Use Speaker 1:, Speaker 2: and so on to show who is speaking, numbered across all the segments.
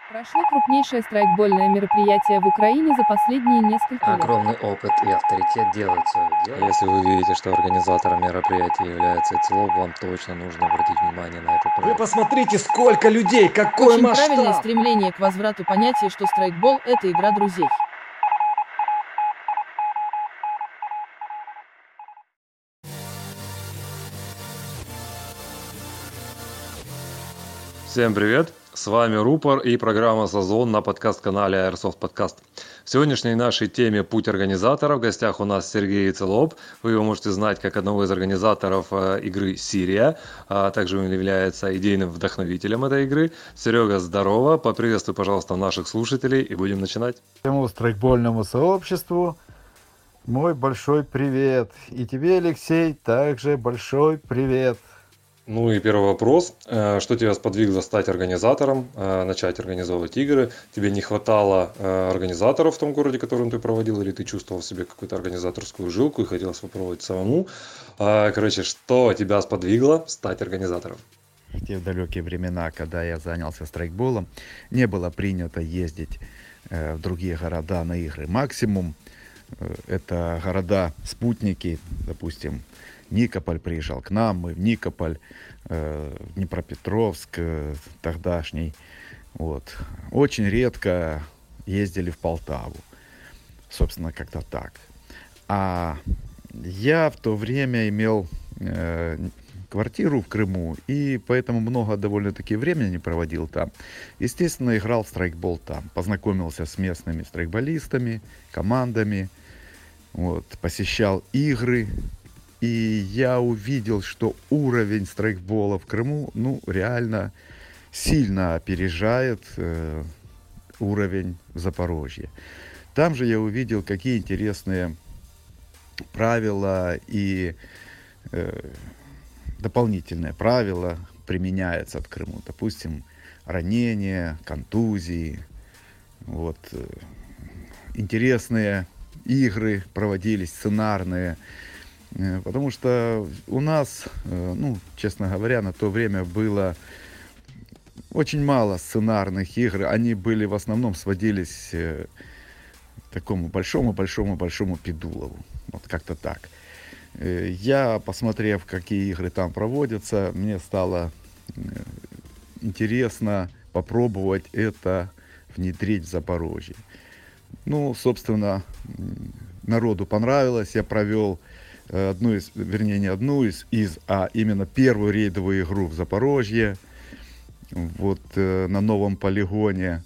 Speaker 1: Прошло крупнейшее страйкбольное мероприятие в Украине за последние несколько лет.
Speaker 2: Огромный опыт и авторитет делают свое дело.
Speaker 3: Если вы видите, что организатором мероприятия является ЦИЛОБ, вам точно нужно обратить внимание на этот
Speaker 4: Вы
Speaker 3: проект.
Speaker 4: посмотрите, сколько людей, какой
Speaker 1: Очень
Speaker 4: масштаб!
Speaker 1: правильное стремление к возврату понятия, что страйкбол – это игра друзей.
Speaker 3: Всем привет! С вами Рупор и программа «Сазон» на подкаст-канале Airsoft Podcast. В сегодняшней нашей теме «Путь организатора» в гостях у нас Сергей Целоб. Вы его можете знать как одного из организаторов игры «Сирия», а также он является идейным вдохновителем этой игры. Серега, здорово! Поприветствуй, пожалуйста, наших слушателей и будем начинать.
Speaker 5: Всему страйкбольному сообществу мой большой привет. И тебе, Алексей, также большой привет.
Speaker 3: Ну и первый вопрос. Что тебя сподвигло стать организатором, начать организовывать игры? Тебе не хватало организаторов в том городе, в котором ты проводил, или ты чувствовал в себе какую-то организаторскую жилку и хотелось попробовать самому? Короче, что тебя сподвигло стать организатором?
Speaker 5: В те далекие времена, когда я занялся страйкболом, не было принято ездить в другие города на игры. Максимум это города-спутники, допустим, Никополь приезжал к нам, мы в Никополь, Днепропетровск тогдашний. Вот. Очень редко ездили в Полтаву. Собственно, как-то так. А я в то время имел квартиру в Крыму, и поэтому много довольно-таки времени проводил там. Естественно, играл в страйкбол там. Познакомился с местными страйкболистами, командами. Вот. Посещал игры. И я увидел, что уровень страйкбола в Крыму, реально сильно опережает уровень в Запорожье. Там же я увидел, какие интересные правила и дополнительные правила применяются в Крыму. Допустим, ранения, контузии. Вот. Интересные игры проводились, сценарные. Потому что у нас, честно говоря, на то время было очень мало сценарных игр. Они были в основном сводились к такому большому Пидулову. Вот как-то так. Я, посмотрев, какие игры там проводятся, мне стало интересно попробовать это внедрить в Запорожье. Собственно, народу понравилось. Я провел именно первую рейдовую игру в Запорожье, вот на новом полигоне.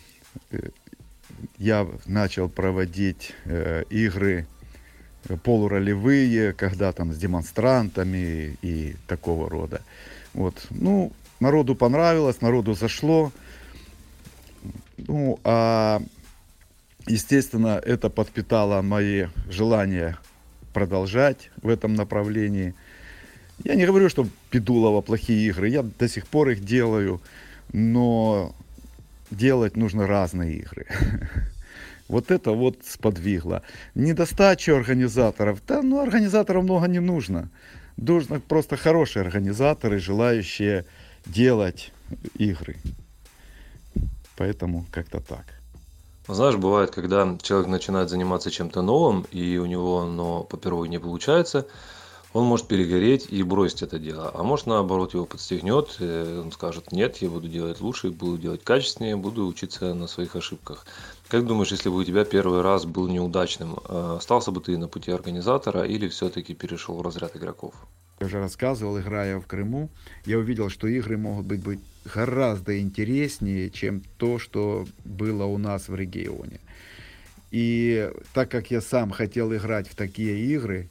Speaker 5: Я начал проводить игры полуролевые, когда там с демонстрантами и такого рода. Вот. Народу понравилось, народу зашло. Естественно, это подпитало мои желания продолжать в этом направлении. Я не говорю, что Пидулова плохие игры, я до сих пор их делаю, но делать нужно разные игры. Вот это вот сподвигло. Недостачу организаторов. Организаторов много не нужно. Нужны просто хорошие организаторы, желающие делать игры. Поэтому как-то так.
Speaker 3: Знаешь, бывает, когда человек начинает заниматься чем-то новым, и у него оно попервой не получается, он может перегореть и бросить это дело. А может, наоборот, его подстегнет, он скажет: нет, я буду делать лучше, буду делать качественнее, буду учиться на своих ошибках. Как думаешь, если бы у тебя первый раз был неудачным, остался бы ты на пути организатора или все-таки перешел в разряд игроков?
Speaker 5: Я уже рассказывал, играя в Крыму, я увидел, что игры могут быть гораздо интереснее, чем то, что было у нас в регионе. И так как я сам хотел играть в такие игры,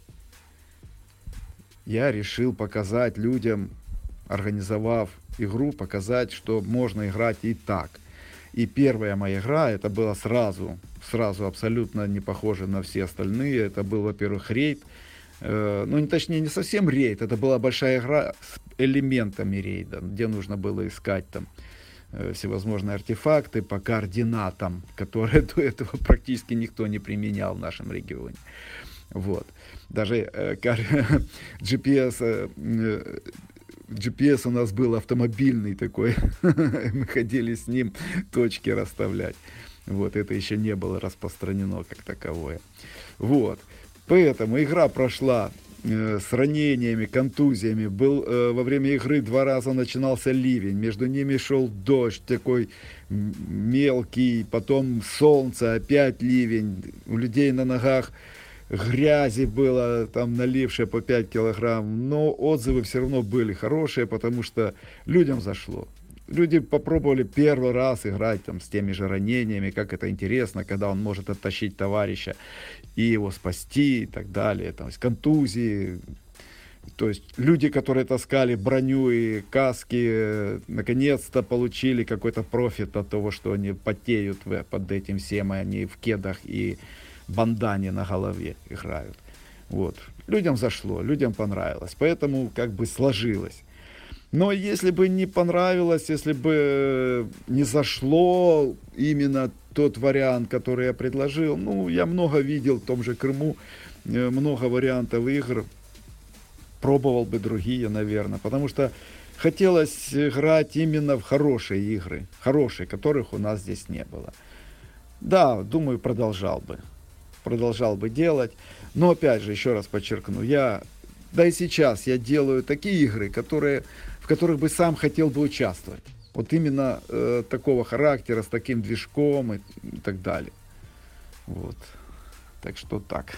Speaker 5: я решил показать людям, организовав игру, показать, что можно играть и так. И первая моя игра, это было сразу абсолютно не похоже на все остальные. Это был, во-первых, рейд. Не совсем рейд, это была большая игра с элементами рейда, где нужно было искать там всевозможные артефакты по координатам, которые до этого практически никто не применял в нашем регионе. Вот. Даже GPS GPS у нас был автомобильный такой. Мы ходили с ним точки расставлять. Вот, это еще не было распространено как таковое. Вот. Поэтому игра прошла с ранениями, контузиями. Во время игры 2 раза начинался ливень. Между ними шел дождь такой мелкий. Потом солнце, опять ливень. У людей на ногах грязи было, там налившее по 5 килограмм. Но отзывы все равно были хорошие, потому что людям зашло. Люди попробовали первый раз играть там, с теми же ранениями, как это интересно, когда он может оттащить товарища и его спасти и так далее. То есть контузии. То есть люди, которые таскали броню и каски, наконец-то получили какой-то профит от того, что они потеют под этим всем, и они в кедах и бандане на голове играют. Вот. Людям зашло, людям понравилось. Поэтому как бы сложилось. Но если бы не понравилось, если бы не зашло именно тот вариант, который я предложил, ну, я много видел в том же Крыму, много вариантов игр, пробовал бы другие, наверное, потому что хотелось играть именно в хорошие игры, хорошие, которых у нас здесь не было. Да, думаю, продолжал бы делать, но опять же, еще раз подчеркну, да и сейчас я делаю такие игры, в которых бы сам хотел бы участвовать. Вот именно такого характера, с таким движком и так далее. Вот. Так что так.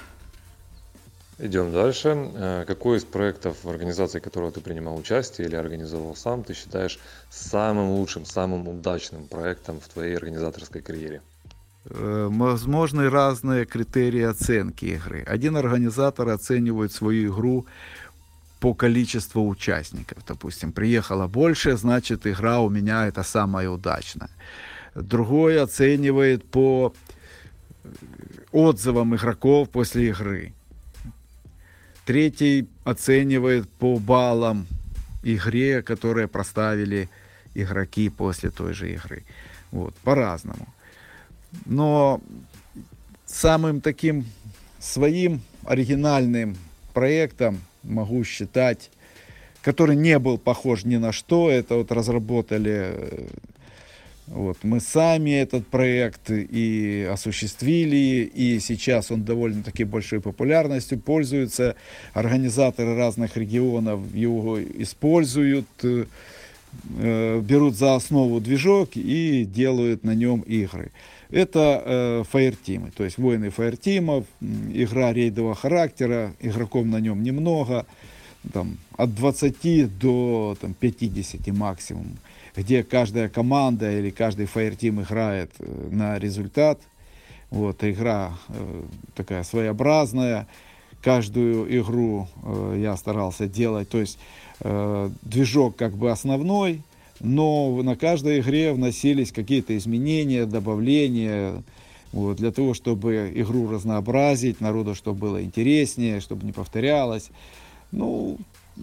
Speaker 3: Идем дальше. Какой из проектов, в организации которого ты принимал участие или организовал сам, ты считаешь самым лучшим, самым удачным проектом в твоей организаторской карьере?
Speaker 5: Возможны разные критерии оценки игры. Один организатор оценивает свою игру по количеству участников. Допустим, приехало больше, значит, игра у меня это самая удачная. Другой оценивает по отзывам игроков после игры. Третий оценивает по баллам игре, которые проставили игроки после той же игры. Вот, по-разному. Но самым таким своим оригинальным проектом могу считать, который не был похож ни на что, это вот разработали вот мы сами этот проект и осуществили, и сейчас он довольно-таки большой популярностью пользуется, организаторы разных регионов его используют, берут за основу движок и делают на нем игры. Это фаертимы, то есть воины фаертимов, игра рейдового характера, игроков на нем немного, там, от 20 до 50 максимум, где каждая команда или каждый фаертим играет на результат. Вот, игра такая своеобразная, каждую игру я старался делать, то есть движок как бы основной, но на каждой игре вносились какие-то изменения, добавления, вот, для того, чтобы игру разнообразить, народу, чтобы было интереснее, чтобы не повторялось. Ну,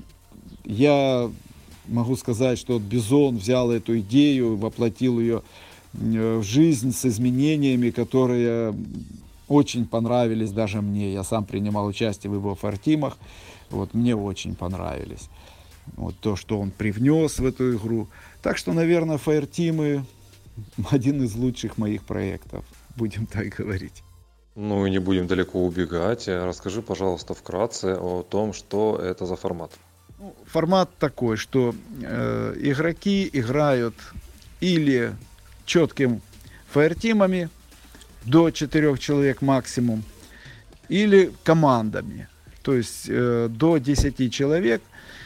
Speaker 5: я могу сказать, что Бизон взял эту идею, воплотил ее в жизнь с изменениями, которые очень понравились даже мне. Я сам принимал участие в его фаертимах, вот, мне очень понравились. Вот то, что он привнес в эту игру. Так что, наверное, фаертимы один из лучших моих проектов, будем так говорить.
Speaker 3: Ну и не будем далеко убегать. Расскажи, пожалуйста, вкратце о том, что это за формат.
Speaker 5: Формат такой, что игроки играют или четким фаертимами до 4 человек максимум, или командами, то есть до 10 человек.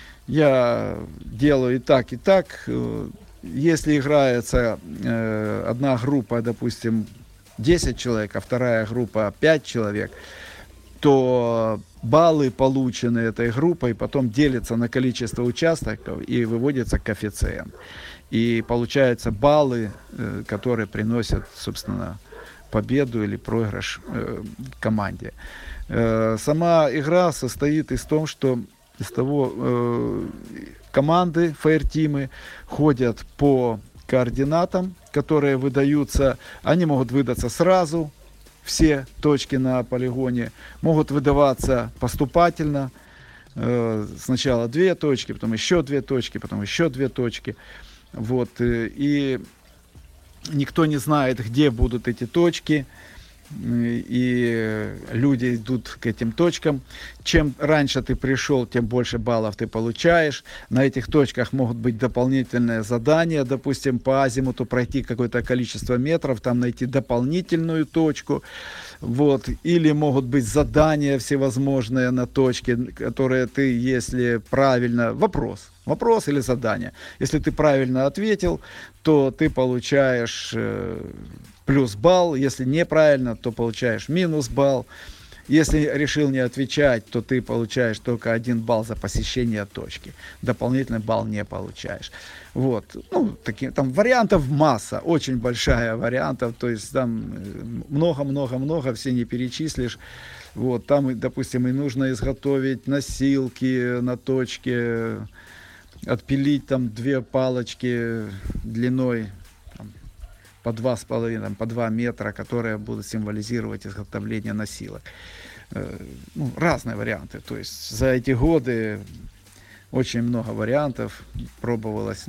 Speaker 5: Я делаю и так, и так. Если играется одна группа, допустим, 10 человек, а вторая группа 5 человек, то баллы, полученные этой группой, потом делятся на количество участников и выводится коэффициент. И получаются баллы, которые приносят, собственно, победу или проигрыш команде. Сама игра состоит из того, команды, фаертимы ходят по координатам, которые выдаются, они могут выдаться сразу, все точки на полигоне, могут выдаваться поступательно, Сначала 2 точки, потом еще 2 точки, потом еще 2 точки. Вот, и никто не знает, где будут эти точки. И люди идут к этим точкам. Чем раньше ты пришел, тем больше баллов ты получаешь. На этих точках могут быть дополнительные задания. Допустим, по азимуту пройти какое-то количество метров, там найти дополнительную точку. Вот. Или могут быть задания всевозможные на точке, которые ты, если правильно... Вопрос или задание. Если ты правильно ответил, то ты получаешь плюс балл. Если неправильно, то получаешь минус балл. Если решил не отвечать, то ты получаешь только 1 балл за посещение точки. Дополнительный балл не получаешь. Вот. Ну, там вариантов масса, очень большая вариантов. То есть там много-много-много, все не перечислишь. Вот. Там, допустим, и нужно изготовить носилки на точке, отпилить там 2 палочки длиной по 2,5, по 2 метра, которые будут символизировать изготовление носилок. Разные варианты. То есть за эти годы очень много вариантов пробовалось.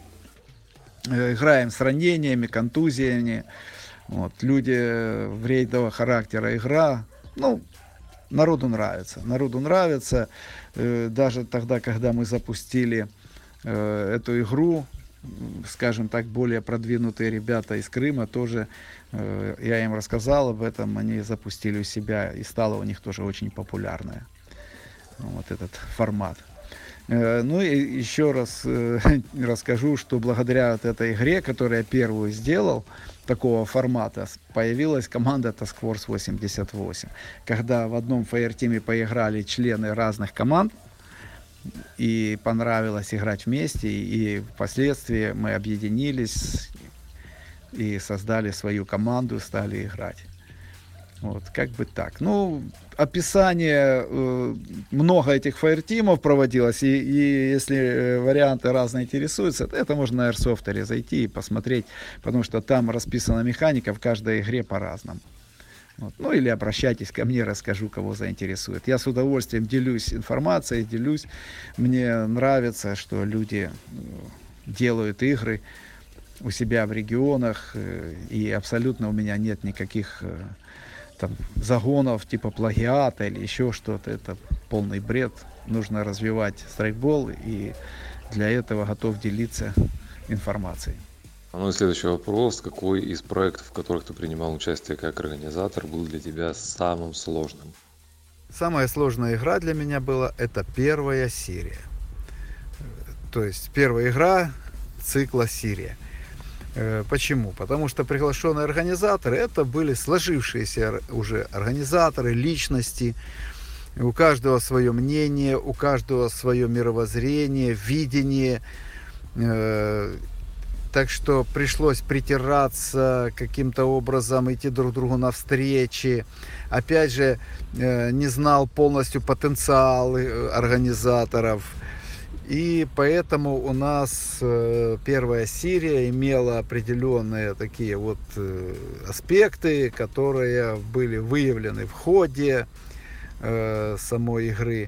Speaker 5: Играем с ранениями, контузиями. Вот. Люди в рейдового характера игра. Народу нравится. Народу нравится. Даже тогда, когда мы запустили эту игру, скажем так, более продвинутые ребята из Крыма тоже, я им рассказал об этом, они запустили у себя, и стало у них тоже очень популярное вот этот формат. И еще раз расскажу, что благодаря вот этой игре, которую я первую сделал, такого формата, появилась команда Task Force 88. Когда в одном фаер-тиме поиграли члены разных команд, и понравилось играть вместе, и впоследствии мы объединились и создали свою команду, стали играть. Вот, как бы так. Описание, много этих фаер-тимов проводилось, и если варианты разные интересуются, это можно на Airsoft зайти и посмотреть, потому что там расписана механика в каждой игре по-разному. Вот. Или обращайтесь ко мне, расскажу, кого заинтересует. Я с удовольствием делюсь информацией, делюсь. Мне нравится, что люди делают игры у себя в регионах, и абсолютно у меня нет никаких загонов типа плагиата или еще что-то. Это полный бред. Нужно развивать страйкбол, и для этого готов делиться информацией.
Speaker 3: И следующий вопрос. Какой из проектов, в которых ты принимал участие как организатор, был для тебя самым сложным?
Speaker 5: Самая сложная игра для меня была это первая серия. То есть первая игра цикла «Сирия». Почему? Потому что приглашенные организаторы это были сложившиеся уже организаторы, личности. У каждого свое мнение, у каждого свое мировоззрение, видение. Так что пришлось притираться каким-то образом, идти друг другу навстречу. Опять же, не знал полностью потенциал организаторов. И поэтому у нас первая серия имела определенные такие вот аспекты, которые были выявлены в ходе самой игры.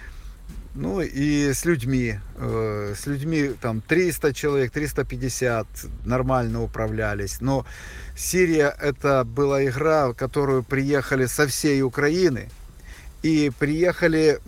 Speaker 5: И с людьми там 300 человек, 350 нормально управлялись. Но Сирия это была игра, в которую приехали со всей Украины. И приехали,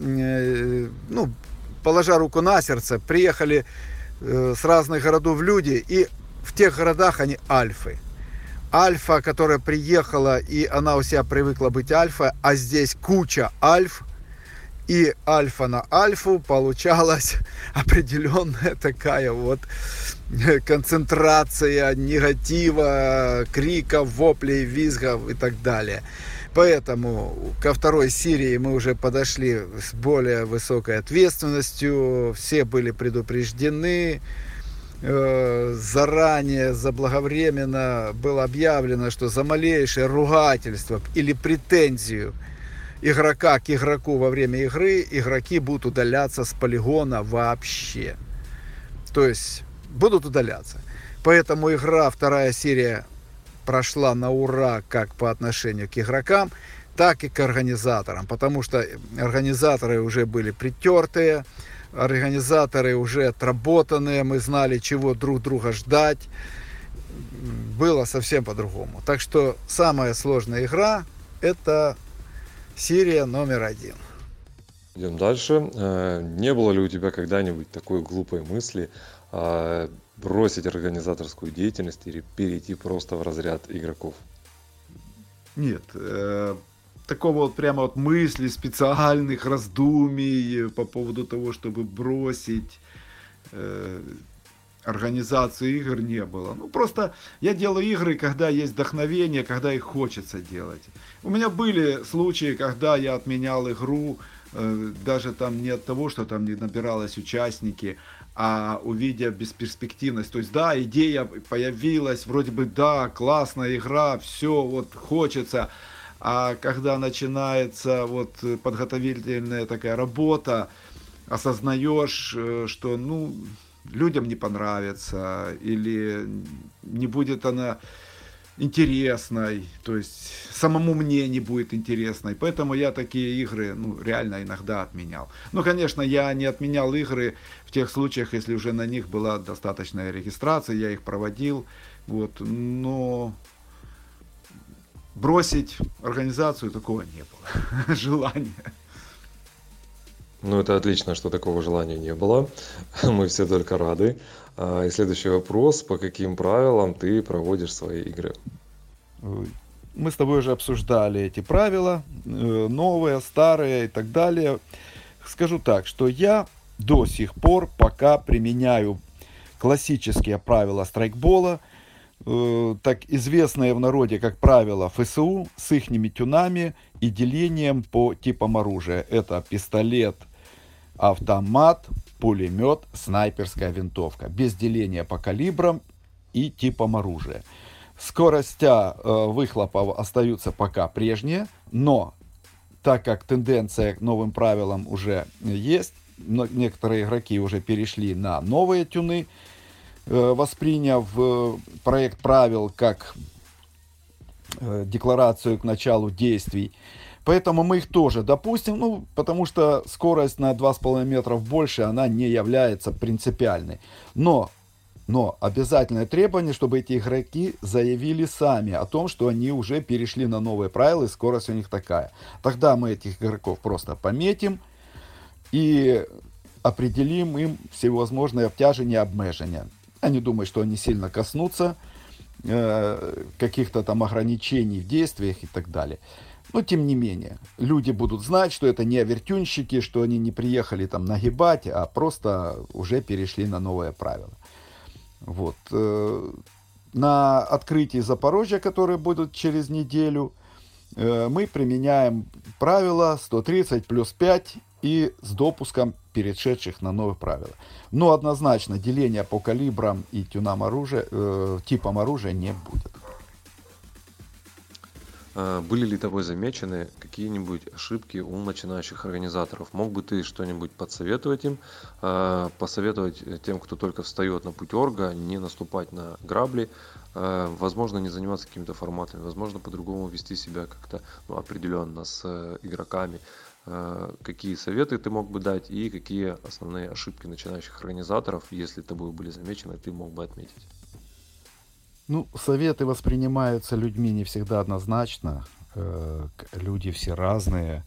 Speaker 5: положа руку на сердце, приехали с разных городов люди. И в тех городах они альфы. Альфа, которая приехала, и она у себя привыкла быть альфа, а здесь куча альф. И альфа на альфу получалась определенная такая вот концентрация негатива, криков, воплей, визгов и так далее. Поэтому ко второй серии мы уже подошли с более высокой ответственностью. Все были предупреждены. Заранее, заблаговременно было объявлено, что за малейшее ругательство или претензию игрока к игроку во время игры, игроки будут удаляться с полигона вообще. То есть будут удаляться. Поэтому игра, вторая серия прошла на ура как по отношению к игрокам, так и к организаторам, потому что организаторы уже были притертые, организаторы уже отработанные, мы знали, чего друг друга ждать. Было совсем по-другому. Так что самая сложная игра — это серия номер 1.
Speaker 3: Идем дальше. Не было ли у тебя когда-нибудь такой глупой мысли бросить организаторскую деятельность или перейти просто в разряд игроков?
Speaker 4: Нет, такого вот прямо вот мысли, специальных раздумий по поводу того, чтобы бросить организацию игр, не было. Ну, просто я делаю игры, когда есть вдохновение, когда их хочется делать. У меня были случаи, когда я отменял игру, даже там не от того, что там не набиралось участники, а увидя бесперспективность. То есть, да, идея появилась, вроде бы, да, классная игра, все, вот хочется. А когда начинается вот подготовительная такая работа, осознаешь, что, ну, людям не понравится, или не будет она интересной, то есть самому мне не будет интересной. Поэтому я такие игры, ну, реально иногда отменял. Ну, конечно, я не отменял игры в тех случаях, если уже на них была достаточная регистрация, я их проводил, вот, но бросить организацию такого не было желания.
Speaker 3: Ну, это отлично, что такого желания не было. Мы все только рады. И следующий вопрос. По каким правилам ты проводишь свои игры?
Speaker 5: Мы с тобой уже обсуждали эти правила, новые, старые и так далее. Скажу так, что я до сих пор пока применяю классические правила страйкбола, так известные в народе как правила ФСУ, с ихними тюнами и делением по типам оружия. Это пистолет, автомат, пулемет, снайперская винтовка. Без деления по калибрам и типам оружия. Скоростя выхлопов остаются пока прежние, но так как тенденция к новым правилам уже есть, некоторые игроки уже перешли на новые тюны, восприняв проект правил как декларацию к началу действий. Поэтому мы их тоже допустим, ну, потому что скорость на 2,5 метра больше, она не является принципиальной. Но обязательное требование, чтобы эти игроки заявили сами о том, что они уже перешли на новые правила, и скорость у них такая. Тогда мы этих игроков просто пометим и определим им всевозможные обтяжения, обмежения. Я не думаю, что они сильно коснутся каких-то там ограничений в действиях и так далее. Но тем не менее, люди будут знать, что это не авертюнщики, что они не приехали там нагибать, а просто уже перешли на новые правила. Вот. На открытии Запорожья, которые будут через неделю, мы применяем правила 130 плюс 5 и с допуском перешедших на новые правила. Но однозначно деления по калибрам и тюнам оружия, типам оружия не будет.
Speaker 3: Были ли тобой замечены какие-нибудь ошибки у начинающих организаторов? Мог бы ты что-нибудь подсоветовать им, посоветовать тем, кто только встает на путь орга, не наступать на грабли, возможно, не заниматься какими-то форматами, возможно, по-другому вести себя как-то определенно с игроками? Какие советы ты мог бы дать и какие основные ошибки начинающих организаторов, если тобой были замечены, ты мог бы отметить?
Speaker 5: Ну, советы воспринимаются людьми не всегда однозначно. Люди все разные.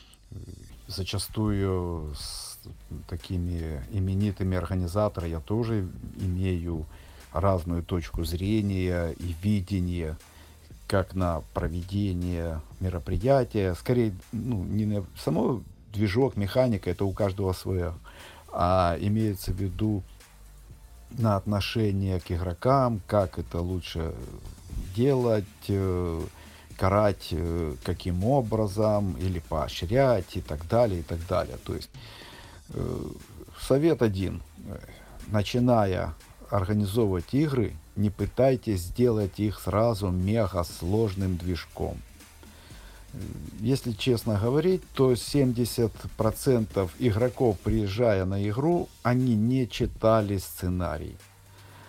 Speaker 5: Зачастую с такими именитыми организаторами я тоже имею разную точку зрения и видение, как на проведение мероприятия. Скорее, не на само движок, механика, это у каждого свое, а имеется в виду на отношение к игрокам, как это лучше делать, карать каким образом, или поощрять и так далее, и так далее. То есть совет один. Начиная организовывать игры, не пытайтесь сделать их сразу мега сложным движком. Если честно говорить, то 70% игроков, приезжая на игру, они не читали сценарий.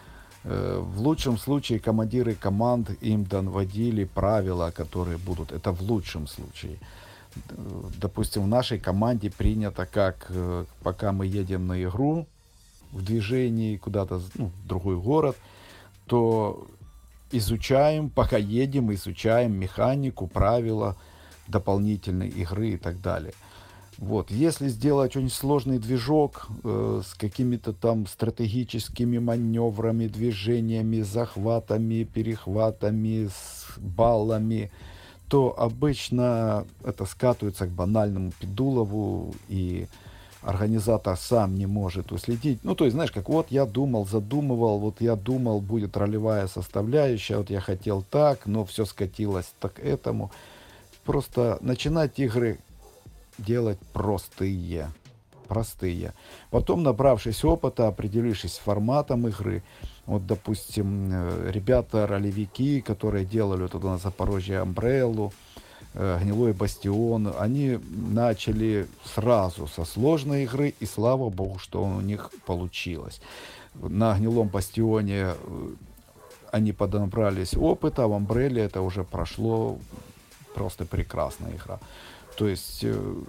Speaker 5: В лучшем случае командиры команд им доводили правила, которые будут. Это в лучшем случае. Допустим, в нашей команде принято, как пока мы едем на игру в движении куда-то, ну, в другой город, то изучаем, пока едем, изучаем механику, правила дополнительной игры и так далее. Вот. Если сделать очень сложный движок с какими-то там стратегическими маневрами, движениями, захватами, перехватами, с баллами, то обычно это скатывается к банальному Педулову, и организатор сам не может уследить. Ну, то есть, знаешь, как вот я думал, задумывал, вот я думал, будет ролевая составляющая, вот я хотел так, но все скатилось так к этому. Просто начинать игры делать простые. Потом, набравшись опыта, определившись с форматом игры, вот, допустим, ребята-ролевики, которые делали вот это на Запорожье Umbrella, Гнилой Бастион, они начали сразу со сложной игры, и слава богу, что у них получилось. На Гнилом Бастионе они поднабрались опыта, в Umbrella это уже прошло, просто прекрасная игра. То есть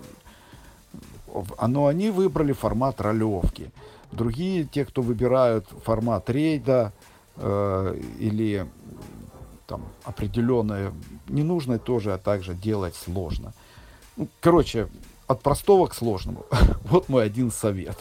Speaker 5: они выбрали формат ролевки. Другие, те, кто выбирают формат рейда или там определенное, не нужно тоже, а также делать сложно. Ну, короче, от простого к сложному. Вот мой один совет.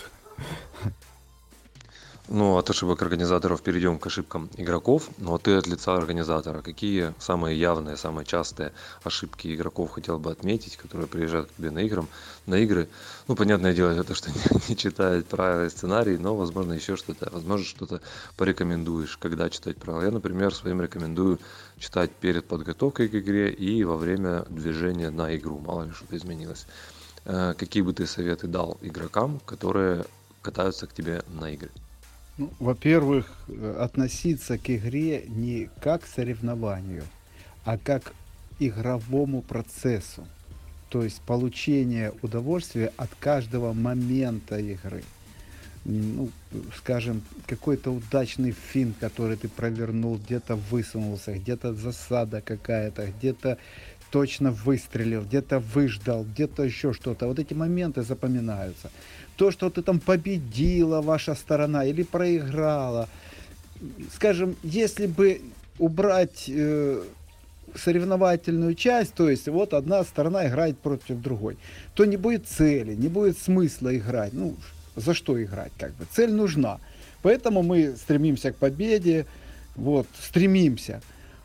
Speaker 3: Ну, от ошибок организаторов перейдем к ошибкам игроков. Но ты от лица организатора, какие самые явные, самые частые ошибки игроков хотел бы отметить, которые приезжают к тебе на игры? Ну, понятное дело, это что не читают правила и сценарий, но, возможно, еще что-то. Возможно, что-то порекомендуешь, когда читать правила. Я, например, своим рекомендую читать перед подготовкой к игре и во время движения на игру. Мало ли что-то изменилось. Какие бы ты советы дал игрокам, которые катаются к тебе на игры?
Speaker 6: Ну, во-первых, относиться к игре не как к соревнованию, а как к игровому процессу. То есть получение удовольствия от каждого момента игры. Ну, скажем, какой-то удачный финт, который ты провернул, где-то высунулся, где-то засада какая-то, где-то точно выстрелил, где-то выждал, где-то еще что-то. Вот эти моменты запоминаются. То, что ты там победила ваша сторона или проиграла. Скажем, если бы убрать соревновательную часть, то есть вот одна сторона играет против другой, то не будет цели, не будет смысла играть. Ну, за что играть, как бы? Цель нужна. Поэтому мы стремимся к победе, вот, стремимся.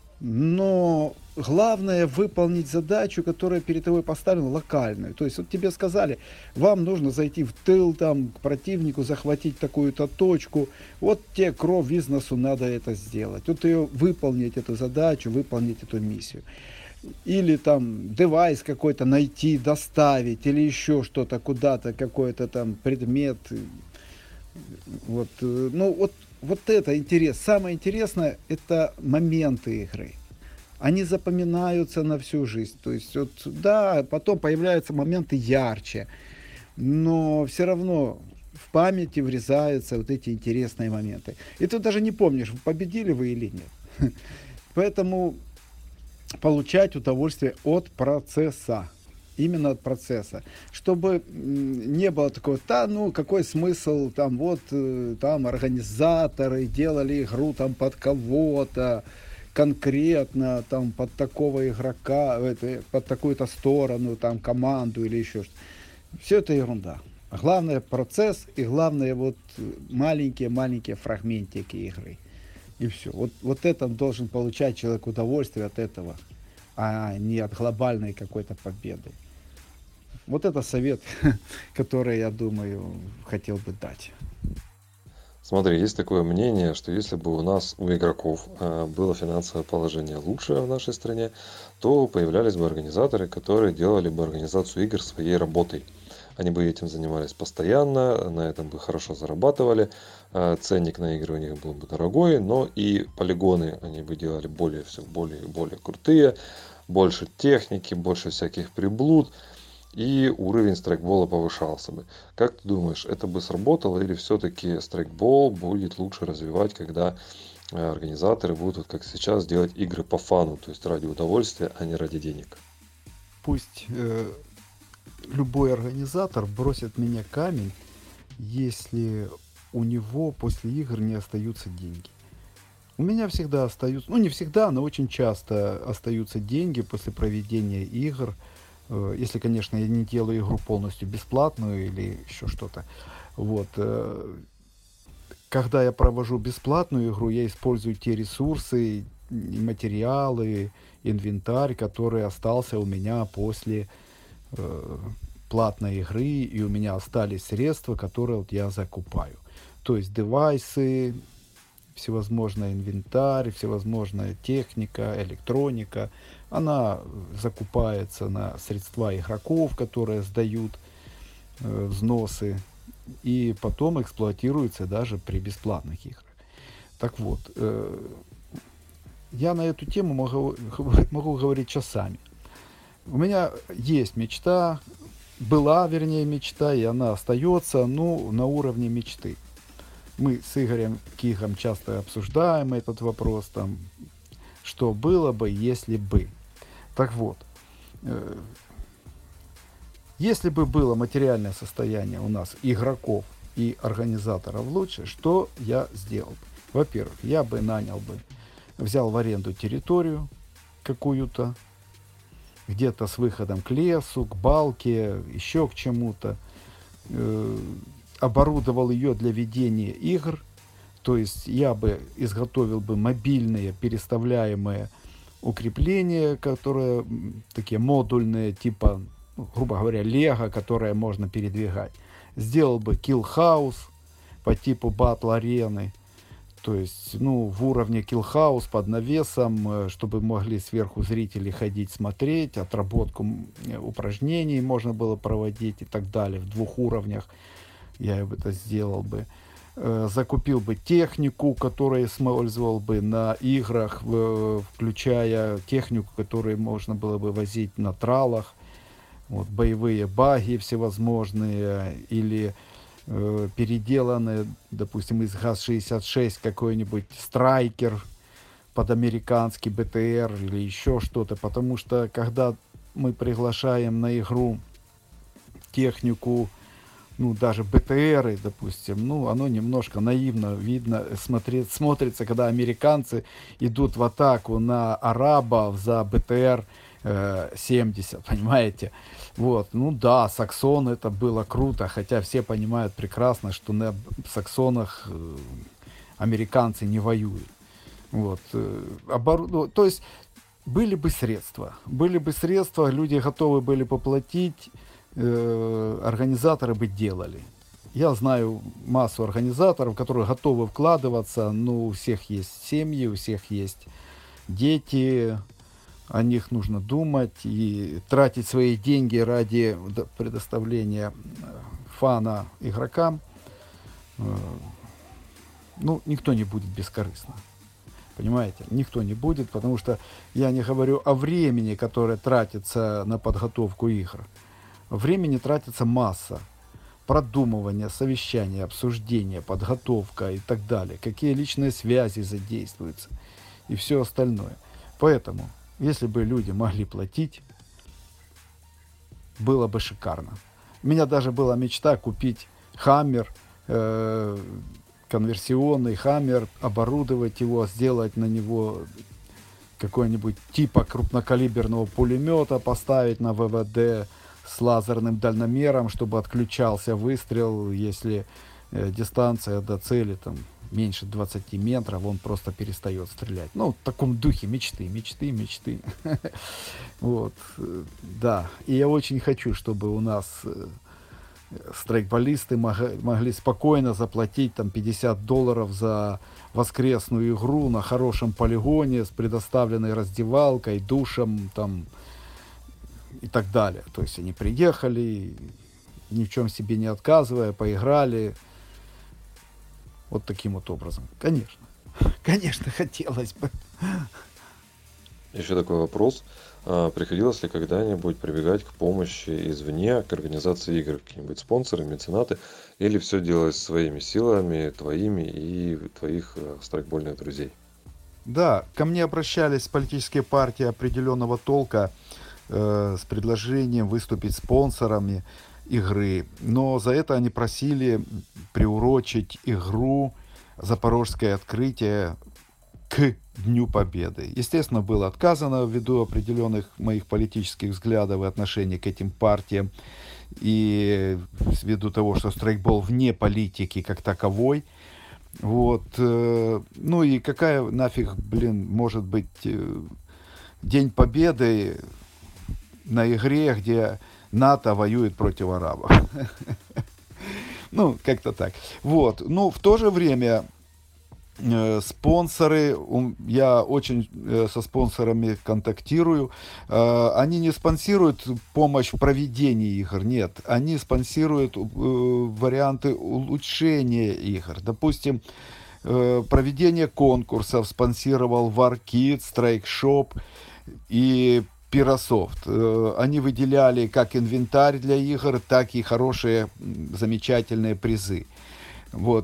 Speaker 6: Но главное выполнить задачу, которая перед тобой поставлена, локальную. То есть вот тебе сказали, вам нужно зайти в тыл там, к противнику, захватить такую-то точку. Вот тебе кровь из носу, надо это сделать. Вот ее выполнить, эту задачу, выполнить эту миссию. Или там девайс какой-то найти, доставить, или еще что-то куда-то, какой-то там предмет. Вот, ну вот это интерес. Самое интересное — это моменты игры. Они запоминаются на всю жизнь. То есть, вот, да, потом появляются моменты ярче, но все равно в памяти врезаются вот эти интересные моменты. И ты даже не помнишь, победили вы или нет. Поэтому получать удовольствие от процесса. Именно от процесса. Чтобы не было такого, да, ну, какой смысл, там, вот, там, организаторы делали игру, там, под кого-то, конкретно, там, под такого игрока, под такую-то сторону, там, команду или еще что-то. Все это ерунда. Главное процесс и главное вот маленькие-маленькие фрагментики игры. И все. Вот это должен получать человек удовольствие от этого, а не от глобальной какой-то победы. Вот это совет, который, я думаю, хотел бы дать.
Speaker 3: Смотри, есть такое мнение, что если бы у нас, у игроков, было финансовое положение лучше в нашей стране, то появлялись бы организаторы, которые делали бы организацию игр своей работой. Они бы этим занимались постоянно, на этом бы хорошо зарабатывали, ценник на игры у них был бы дорогой, но и полигоны они бы делали все более и более крутые, больше техники, больше всяких приблуд, и уровень страйкбола повышался бы. Как ты думаешь, это бы сработало, или все-таки страйкбол будет лучше развивать, когда организаторы будут, вот как сейчас, делать игры по фану, то есть ради удовольствия, а не ради денег.
Speaker 6: Пусть любой организатор бросит меня камень, если у него после игр не остаются деньги. У меня всегда остаются, ну не всегда, но очень часто остаются деньги после проведения игр. Если, конечно, я не делаю игру полностью бесплатную или еще что-то. Вот. Когда я провожу бесплатную игру, я использую те ресурсы, и материалы, инвентарь, который остался у меня после платной игры, и у меня остались средства, которые вот я закупаю. То есть девайсы, всевозможный инвентарь, всевозможная техника, электроника, она закупается на средства игроков, которые сдают взносы, и потом эксплуатируется даже при бесплатных играх. Так вот, я на эту тему могу говорить часами. У меня есть мечта, была, вернее, мечта, и она остается, ну, на уровне мечты. Мы с Игорем Кихом часто обсуждаем этот вопрос, там, что было бы, если бы. Так вот, если бы было материальное состояние у нас игроков и организаторов лучше, что я сделал? Во-первых, я бы взял в аренду территорию какую-то, где-то с выходом к лесу, к балке, еще к чему-то, оборудовал ее для ведения игр, то есть я бы изготовил бы мобильные переставляемые укрепления, которые такие модульные, типа, грубо говоря, лего, которые можно передвигать. Сделал бы киллхаус по типу батл-арены, то есть, ну, в уровне киллхаус под навесом, чтобы могли сверху зрители ходить, смотреть, отработку упражнений можно было проводить и так далее, в 2 уровнях я это сделал бы. Закупил бы технику, которую использовал бы на играх, включая технику, которую можно было бы возить на тралах, вот, боевые баги всевозможные, или переделанные, допустим, из ГАЗ-66 какой-нибудь страйкер под американский БТР или еще что-то, потому что когда мы приглашаем на игру технику, ну, даже БТРы, допустим, ну, оно немножко наивно видно, смотрится, когда американцы идут в атаку на арабов за БТР 70, понимаете? Вот, ну да, Саксон это было круто, хотя все понимают прекрасно, что на Саксонах американцы не воюют. Вот, то есть были бы средства, люди готовы были поплатить, организаторы бы делали. Я знаю массу организаторов, которые готовы вкладываться, но у всех есть семьи, у всех есть дети, о них нужно думать и тратить свои деньги ради предоставления фана игрокам. Ну, никто не будет бескорыстно. Понимаете? Никто не будет, потому что я не говорю о времени, которое тратится на подготовку игр. Времени тратится масса. Продумывание, совещание, обсуждение, подготовка и так далее. Какие личные связи задействуются и все остальное. Поэтому, если бы люди могли платить, было бы шикарно. У меня даже была мечта купить Хаммер, конверсионный Хаммер, оборудовать его, сделать на него какой-нибудь типа крупнокалиберного пулемета, поставить на ВВД с лазерным дальномером, чтобы отключался выстрел, если дистанция до цели там меньше 20 метров, он просто перестает стрелять. Ну, в таком духе мечты. Вот, да. И я очень хочу, чтобы у нас страйкболисты могли спокойно заплатить там $50 за воскресную игру на хорошем полигоне с предоставленной раздевалкой, душем там и так далее. То есть они приехали, ни в чем себе не отказывая, поиграли. Вот таким вот образом. Конечно, хотелось бы.
Speaker 3: Еще такой вопрос. Приходилось ли когда-нибудь прибегать к помощи извне, к организации игр, какие-нибудь спонсоры, меценаты, или все делалось своими силами, твоими и твоих страйкбольных друзей?
Speaker 5: Да, ко мне обращались политические партии определенного толка с предложением выступить спонсорами игры, но за это они просили приурочить игру «Запорожское открытие» к Дню Победы. Естественно, было отказано ввиду определенных моих политических взглядов и отношений к этим партиям, и ввиду того, что страйкбол вне политики как таковой. Вот. Ну и какая нафиг, может быть, День Победы на игре, где НАТО воюет против арабов. Ну, как-то так. Вот. Ну, в то же время спонсоры, я очень со спонсорами контактирую, они не спонсируют помощь в проведении игр, нет, они спонсируют варианты улучшения игр. Допустим, проведение конкурсов спонсировал WarKids, StrikeShop и Pyrosoft. Они выделяли как инвентарь для игр, так и хорошие, замечательные призы. Вот,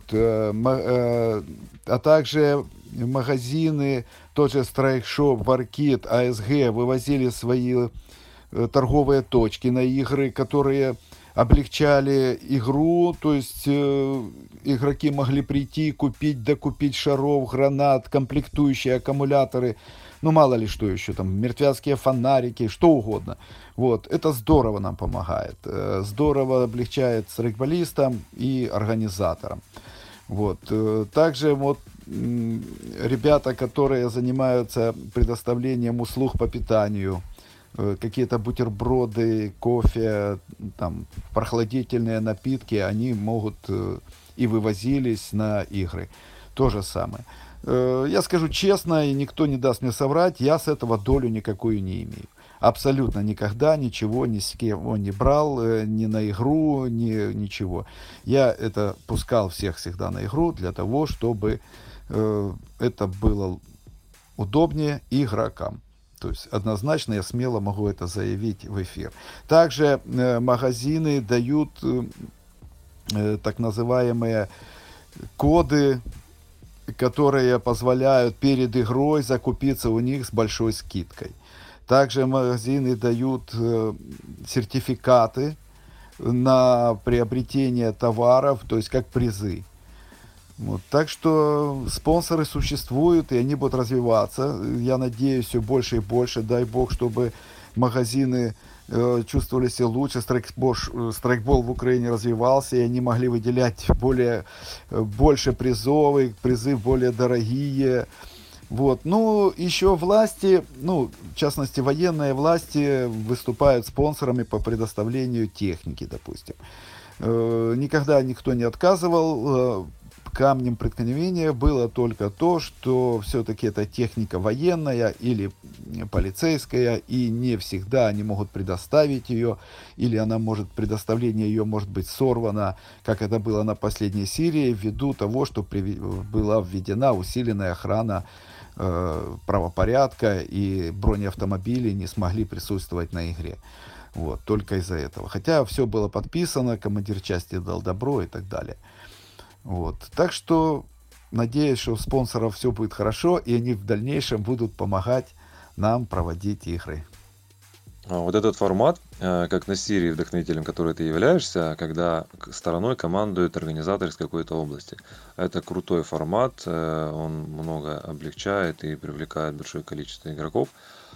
Speaker 5: а также магазины, тот же StrikeShop, WarKit, ASG вывозили свои торговые точки на игры, которые облегчали игру, то есть игроки могли прийти, купить, докупить шаров, гранат, комплектующие, аккумуляторы, ну мало ли что еще, там мертвяцкие фонарики, что угодно. Вот, это здорово нам помогает, здорово облегчает страйкболистам и организаторам. Вот, также вот ребята, которые занимаются предоставлением услуг по питанию, какие-то бутерброды, кофе, там, прохладительные напитки, они могут и вывозились на игры. То же самое. Я скажу честно, и никто не даст мне соврать, я с этого долю никакую не имею. Абсолютно никогда ничего ни с кем не брал, ни на игру, ничего. Я это пускал всех всегда на игру для того, чтобы это было удобнее игрокам. То есть однозначно я смело могу это заявить в эфир. Также магазины дают так называемые коды, которые позволяют перед игрой закупиться у них с большой скидкой. Также магазины дают сертификаты на приобретение товаров, то есть как призы. Вот. Так что спонсоры существуют, и они будут развиваться. Я надеюсь, все больше и больше. Дай бог, чтобы магазины чувствовали себя лучше, страйкбол в Украине развивался, и они могли выделять больше призов, и призы более дорогие. Вот. Ну, еще власти, ну, в частности, военные власти выступают спонсорами по предоставлению техники, допустим. Никогда никто не отказывал. Камнем преткновения было только то, что все-таки это техника военная или полицейская, и не всегда они могут предоставить ее, или предоставление ее может быть сорвано, как это было на последней серии, ввиду того, что была введена усиленная охрана правопорядка, и бронеавтомобили не смогли присутствовать на игре. Вот, только из-за этого. Хотя все было подписано, командир части дал добро и так далее. Вот. Так что надеюсь, что у спонсоров все будет хорошо, и они в дальнейшем будут помогать нам проводить игры.
Speaker 3: Вот этот формат, как на Сирии, вдохновителем которой ты являешься, когда стороной командует организатор из какой-то области. Это крутой формат, он много облегчает и привлекает большое количество игроков.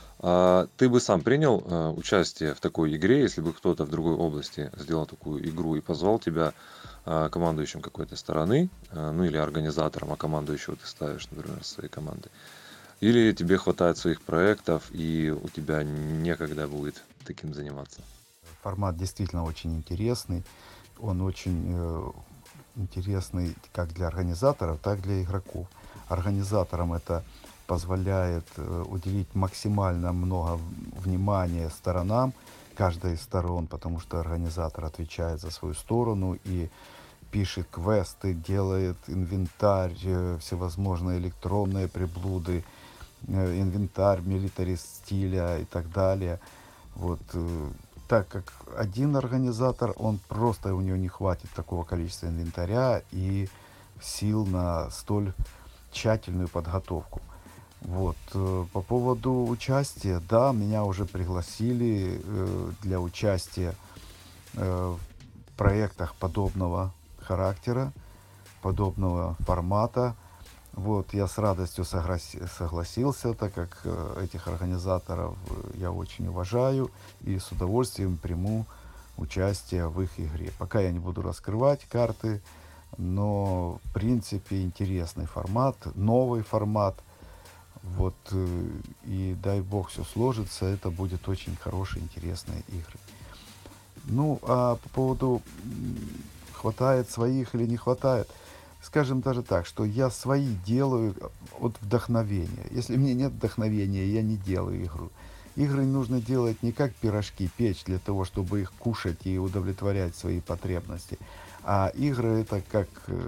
Speaker 3: Ты бы сам принял участие в такой игре, если бы кто-то в другой области сделал такую игру и позвал тебя командующим какой-то стороны, ну или организатором, а командующего ты ставишь, например, своей командой. Или тебе хватает своих проектов, и у тебя некогда будет таким заниматься?
Speaker 5: Формат действительно очень интересный. Он очень интересный как для организаторов, так и для игроков. Организаторам это позволяет уделить максимально много внимания сторонам, каждой из сторон, потому что организатор отвечает за свою сторону и пишет квесты, делает инвентарь, всевозможные электронные приблуды, инвентарь, милитари стиля и так далее. Вот, так как один организатор, он просто, у него не хватит такого количества инвентаря и сил на столь тщательную подготовку. Вот, по поводу участия, да, меня уже пригласили для участия в проектах подобного характера, подобного формата. Вот, я с радостью согласился, так как этих организаторов я очень уважаю и с удовольствием приму участие в их игре. Пока я не буду раскрывать карты, но в принципе интересный формат, новый формат. Вот, и дай бог все сложится, это будет очень хорошие, интересные игры. Ну, а по поводу хватает своих или не хватает, скажем даже так, что я свои делаю от вдохновения. Если мне нет вдохновения, я не делаю игру. Игры нужно делать не как пирожки, печь для того, чтобы их кушать и удовлетворять свои потребности. А игры это как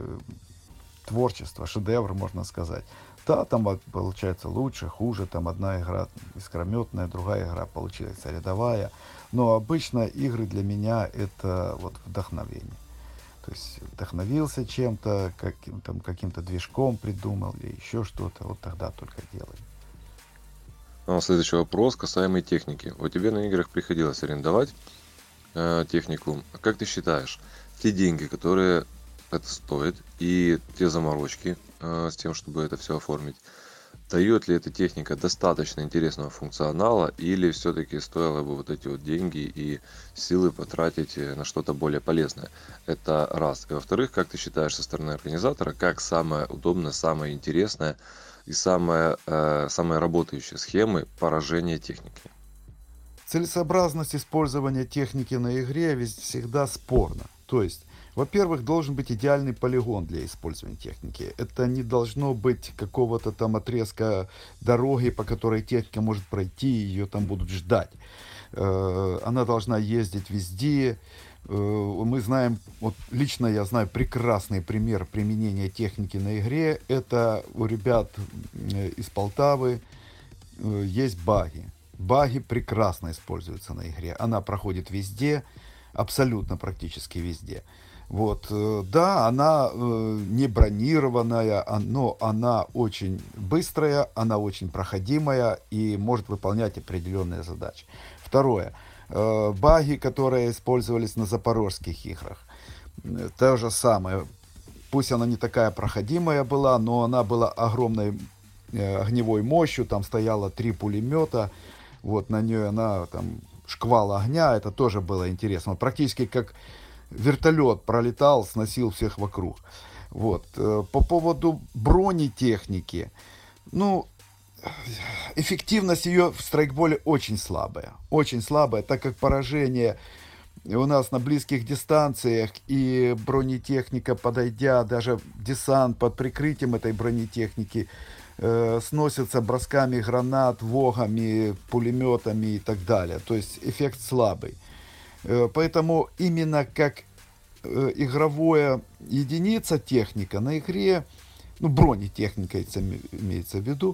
Speaker 5: творчество, шедевр, можно сказать. Да, там получается лучше, хуже, там одна игра искрометная, другая игра получается рядовая. Но обычно игры для меня это вот вдохновение. То есть вдохновился чем-то, каким-то движком придумал или еще что-то, вот тогда только делаю.
Speaker 3: Следующий вопрос касаемый техники. Вот тебе на играх приходилось арендовать технику. Как ты считаешь, те деньги, которые это стоит, и те заморочки с тем, чтобы это все оформить, дает ли эта техника достаточно интересного функционала, или все-таки стоило бы вот эти вот деньги и силы потратить на что-то более полезное? Это раз. И во-вторых, как ты считаешь со стороны организатора, как самая удобная, самая интересная и самая работающая схемы поражения техники?
Speaker 5: Целесообразность использования техники на игре всегда спорна. То есть, во-первых, должен быть идеальный полигон для использования техники. Это не должно быть какого-то там отрезка дороги, по которой техника может пройти, ее там будут ждать. Она должна ездить везде. Мы знаем, вот лично я знаю прекрасный пример применения техники на игре. Это у ребят из Полтавы есть баги. Баги прекрасно используются на игре. Она проходит везде, абсолютно практически везде. Вот, да, она не бронированная, но она очень быстрая, она очень проходимая и может выполнять определенные задачи. Второе. Баги, которые использовались на запорожских играх. То же самое. Пусть она не такая проходимая была, но она была огромной огневой мощью. Там стояло 3 пулемета. Вот на нее она там шквал огня. Это тоже было интересно. Практически как вертолет пролетал, сносил всех вокруг. Вот. По поводу бронетехники. Ну, эффективность ее в страйкболе очень слабая. Очень слабая, так как поражение у нас на близких дистанциях и бронетехника, подойдя, даже десант под прикрытием этой бронетехники, сносится бросками гранат, вогами, пулеметами и так далее. То есть эффект слабый. Поэтому именно как игровая единица техника на игре, ну, бронетехника имеется в виду,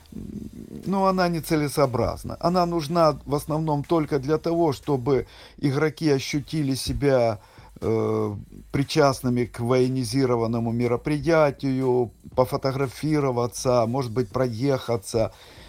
Speaker 5: но она нецелесообразна. Она нужна в основном только для того, чтобы игроки ощутили себя причастными к военизированному мероприятию, пофотографироваться, может быть, проехаться.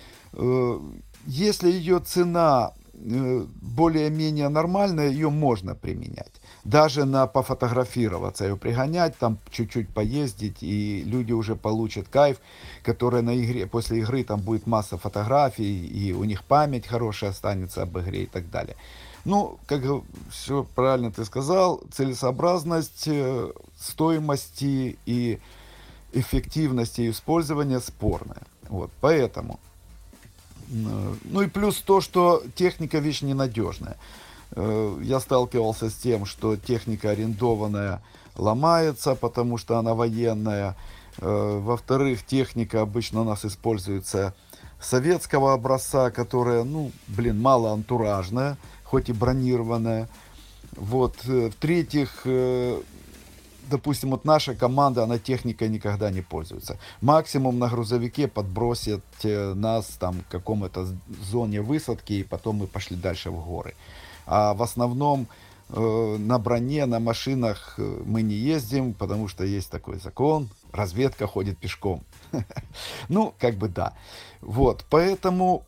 Speaker 5: Если ее цена более-менее нормальная, ее можно применять. Даже на пофотографироваться, ее пригонять, там чуть-чуть поездить, и люди уже получат кайф, который на игре, после игры там будет масса фотографий, и у них память хорошая останется об игре и так далее. Ну, как все правильно ты сказал, целесообразность стоимости и эффективности использования спорная. Вот, поэтому. Ну и плюс то, что техника вещь ненадежная. Я сталкивался с тем, что техника арендованная ломается, потому что она военная. Во-вторых, техника обычно у нас используется советского образца, которая, мало антуражная, хоть и бронированная. Вот. В-третьих,
Speaker 6: допустим, вот наша команда, она техникой никогда не пользуется. Максимум на грузовике подбросит нас там к какому-то зоне высадки, и потом мы пошли дальше в горы. А в основном на броне, на машинах мы не ездим, потому что есть такой закон, разведка ходит пешком. Ну, как бы да. Вот, поэтому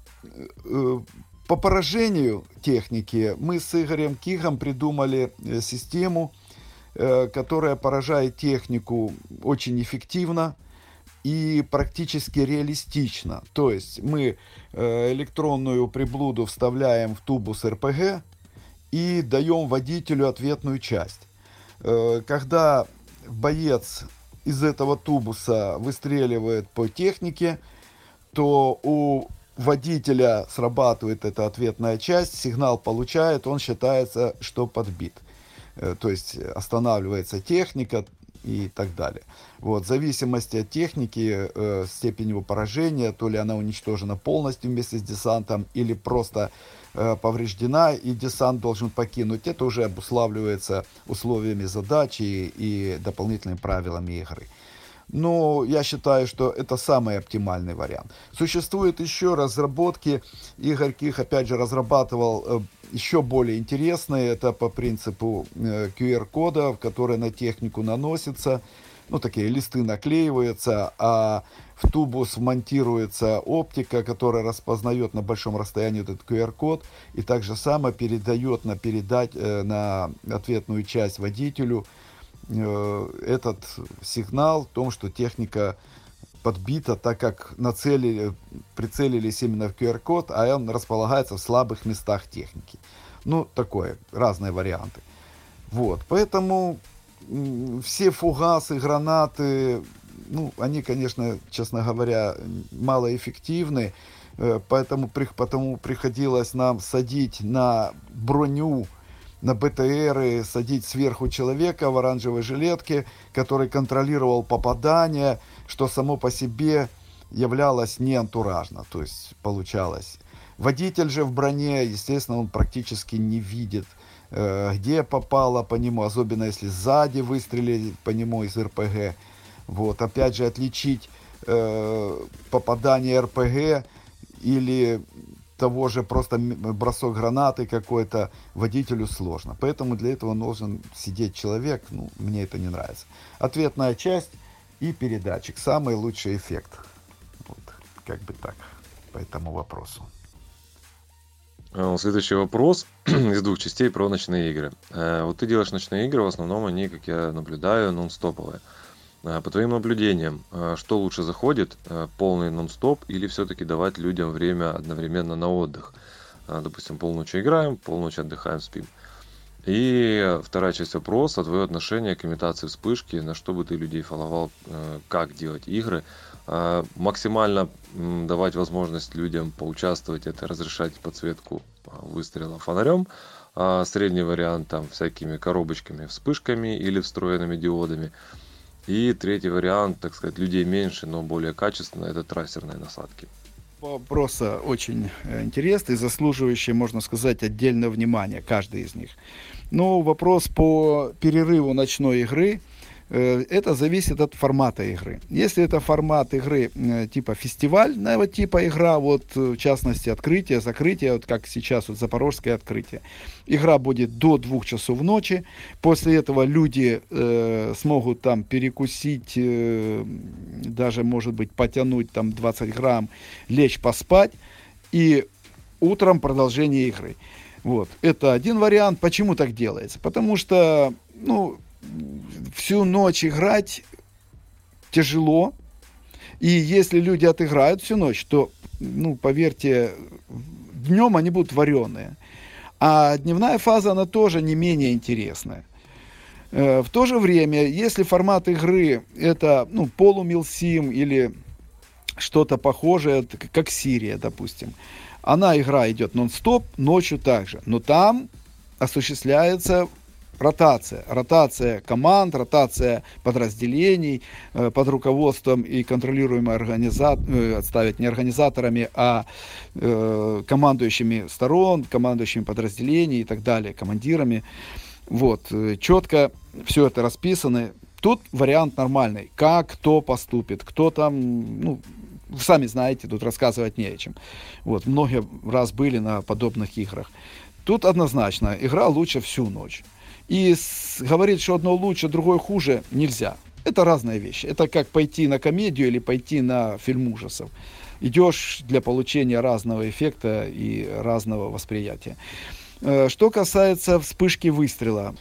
Speaker 6: по поражению техники мы с Игорем Кигом придумали систему, которая поражает технику очень эффективно и практически реалистично. То есть мы электронную приблуду вставляем в тубус РПГ и даем водителю ответную часть. Когда боец из этого тубуса выстреливает по технике, то у водителя срабатывает эта ответная часть, сигнал получает, он считается, что подбит. То есть останавливается техника и так далее. Вот, в зависимости от техники, степени его поражения, то ли она уничтожена полностью вместе с десантом, или просто повреждена, и десант должен покинуть. Это уже обуславливается условиями задачи и дополнительными правилами игры. Но я считаю, что это самый оптимальный вариант. Существуют еще разработки. Игорь Ких, опять же, разрабатывал еще более интересные. Это по принципу QR-кодов, которые на технику наносятся. Ну, такие листы наклеиваются, а в тубус монтируется оптика, которая распознает на большом расстоянии этот QR-код и так же само передает на ответную часть водителю этот сигнал о том, что техника подбита, так как прицелились именно в QR-код, а он располагается в слабых местах техники. Ну, такое, разные варианты. Вот, поэтому все фугасы, гранаты, ну, они, конечно, честно говоря, малоэффективны, потому приходилось нам садить на броню, на БТРы, садить сверху человека в оранжевой жилетке, который контролировал попадание, что само по себе являлось неантуражно, то есть получалось. Водитель же в броне, естественно, он практически не видит, где попало по нему, особенно если сзади выстрелили по нему из РПГ. Вот, опять же, отличить попадание РПГ или того же просто бросок гранаты какой-то водителю сложно. Поэтому для этого должен сидеть человек, ну, мне это не нравится. Ответная часть и передатчик. Самый лучший эффект. Вот, как бы так, по этому вопросу.
Speaker 3: Следующий вопрос из двух частей про ночные игры. Вот ты делаешь ночные игры, в основном они, как я наблюдаю, нон-стоповые. По твоим наблюдениям, что лучше заходит, полный нон-стоп или все-таки давать людям время одновременно на отдых? Допустим, полночи играем, полночи отдыхаем, спим. И вторая часть вопроса, твое отношение к имитации вспышки, на что бы ты людей фоловал, как делать игры. Максимально давать возможность людям поучаствовать, это разрешать подсветку выстрела фонарем. Средний вариант там всякими коробочками, вспышками или встроенными диодами. И третий вариант, так сказать, людей меньше, но более качественно, это трассерные насадки.
Speaker 6: Вопрос очень интересный, заслуживающий, можно сказать, отдельного внимания, каждый из них. Но вопрос по перерыву ночной игры, это зависит от формата игры. Если это формат игры типа фестивального типа игра, вот в частности открытие, закрытие, вот как сейчас вот запорожское открытие, игра будет до 2 часов ночи, после этого люди смогут там перекусить, даже может быть потянуть там 20 грамм, лечь поспать и утром продолжение игры. Вот. Это один вариант. Почему так делается? Потому что, ну, всю ночь играть тяжело, и если люди отыграют всю ночь, то, ну, поверьте, днем они будут вареные. А дневная фаза, она тоже не менее интересная. В то же время, если формат игры это, ну, полумилсим или что-то похожее, как Сирия, допустим, игра идет нон-стоп, ночью также, но там осуществляется ротация команд, ротация подразделений под руководством и контролируемой отставить не организаторами, а командующими сторон, командующими подразделений и так далее, командирами. Вот, четко все это расписано. Тут вариант нормальный. Как кто поступит, кто там, ну, вы сами знаете, тут рассказывать не о чем. Вот, много раз были на подобных играх. Тут однозначно, игра лучше всю ночь. И говорить, что одно лучше, другое хуже, нельзя. Это разные вещи. Это как пойти на комедию или пойти на фильм ужасов. Идешь для получения разного эффекта и разного восприятия. Что касается вспышки выстрела.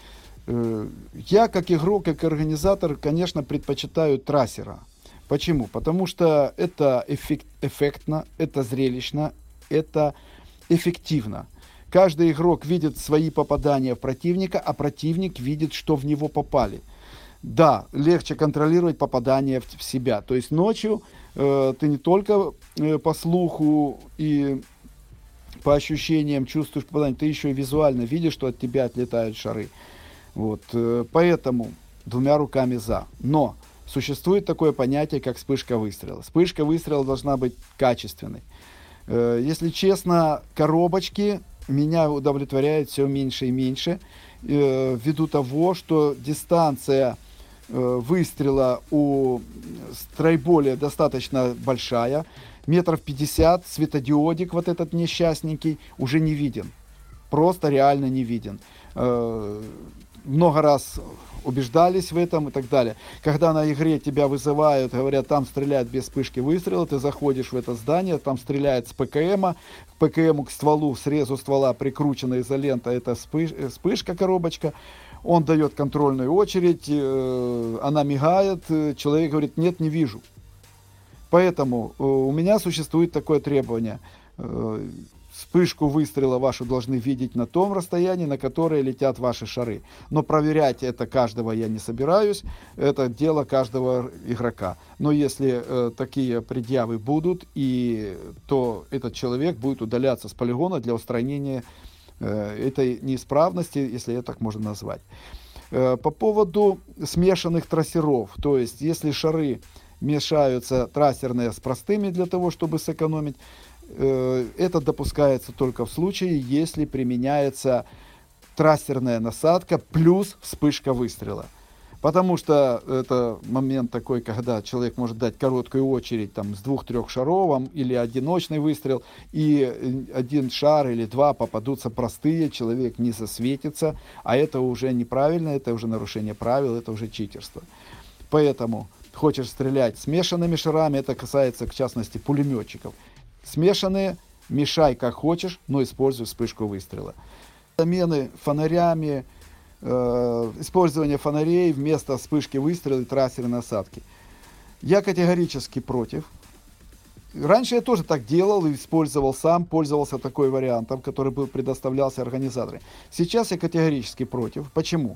Speaker 6: Я, как игрок, как организатор, конечно, предпочитаю трассера. Почему? Потому что это эффектно, это зрелищно, это эффективно. Каждый игрок видит свои попадания в противника, а противник видит, что в него попали. Да, легче контролировать попадание в себя. То есть ночью ты не только по слуху и по ощущениям чувствуешь попадание, ты еще и визуально видишь, что от тебя отлетают шары. Вот, поэтому двумя руками за. Но существует такое понятие, как вспышка выстрела. Вспышка выстрела должна быть качественной. Если честно, коробочки меня удовлетворяют все меньше и меньше, ввиду того, что дистанция выстрела у страйболя достаточно большая, 50 метров, светодиодик вот этот несчастненький уже не виден. Просто реально не виден. Много раз убеждались в этом и так далее. Когда на игре тебя вызывают, говорят, там стреляют без вспышки выстрела, ты заходишь в это здание, там стреляют с ПКМа, к ПКМу, к стволу, срезу ствола прикручена изолента, это вспышка, коробочка, он дает контрольную очередь, она мигает, человек говорит, нет, не вижу. Поэтому у меня существует такое требование. Вспышку выстрела вашу должны видеть на том расстоянии, на которое летят ваши шары. Но проверять это каждого я не собираюсь. Это дело каждого игрока. Но если такие предъявы будут, то этот человек будет удаляться с полигона для устранения этой неисправности, если это так можно назвать. По поводу смешанных трассеров. То есть, если шары мешаются трассерные с простыми для того, чтобы сэкономить, это допускается только в случае, если применяется трассерная насадка плюс вспышка выстрела. Потому что это момент такой, когда человек может дать короткую очередь там, с 2-3 шаров или одиночный выстрел, и один шар или два попадутся простые, человек не засветится, а это уже неправильно, это уже нарушение правил, это уже читерство. Поэтому хочешь стрелять смешанными шарами, это касается, в частности, пулеметчиков. Смешанные, мешай как хочешь, но используй вспышку выстрела. Замены фонарями, использование фонарей вместо вспышки выстрела и трассерной насадки. Я категорически против. Раньше я тоже так делал и использовал сам, пользовался такой вариантом, который предоставлялся организаторам. Сейчас я категорически против. Почему?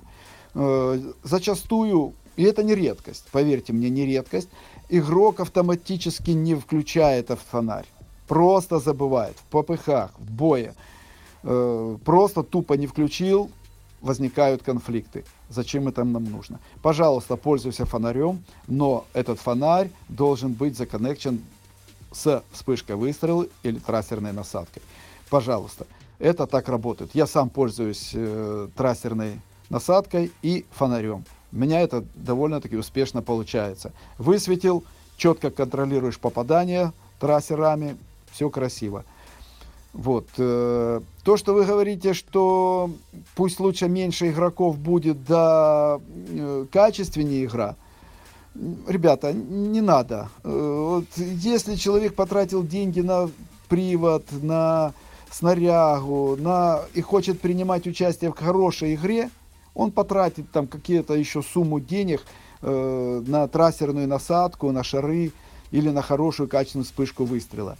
Speaker 6: Зачастую, и это не редкость, поверьте мне, не редкость, игрок автоматически не включает этот фонарь. Просто забывает, в попыхах, в бое. Просто тупо не включил, возникают конфликты. Зачем это нам нужно? Пожалуйста, пользуйся фонарем, но этот фонарь должен быть законнекчен с вспышкой выстрела или трассерной насадкой. Пожалуйста, это так работает. Я сам пользуюсь трассерной насадкой и фонарем. У меня это довольно-таки успешно получается. Высветил, четко контролируешь попадание трассерами, все красиво. Вот. То, что вы говорите, что пусть лучше меньше игроков будет, да качественнее игра. Ребята, не надо. Вот, если человек потратил деньги на привод, на снарягу, и хочет принимать участие в хорошей игре, он потратит там какие-то еще сумму денег на трассерную насадку, на шары или на хорошую качественную вспышку выстрела.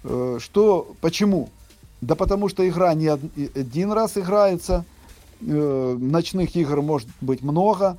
Speaker 6: Почему? Да потому что игра не один раз играется, ночных игр может быть много,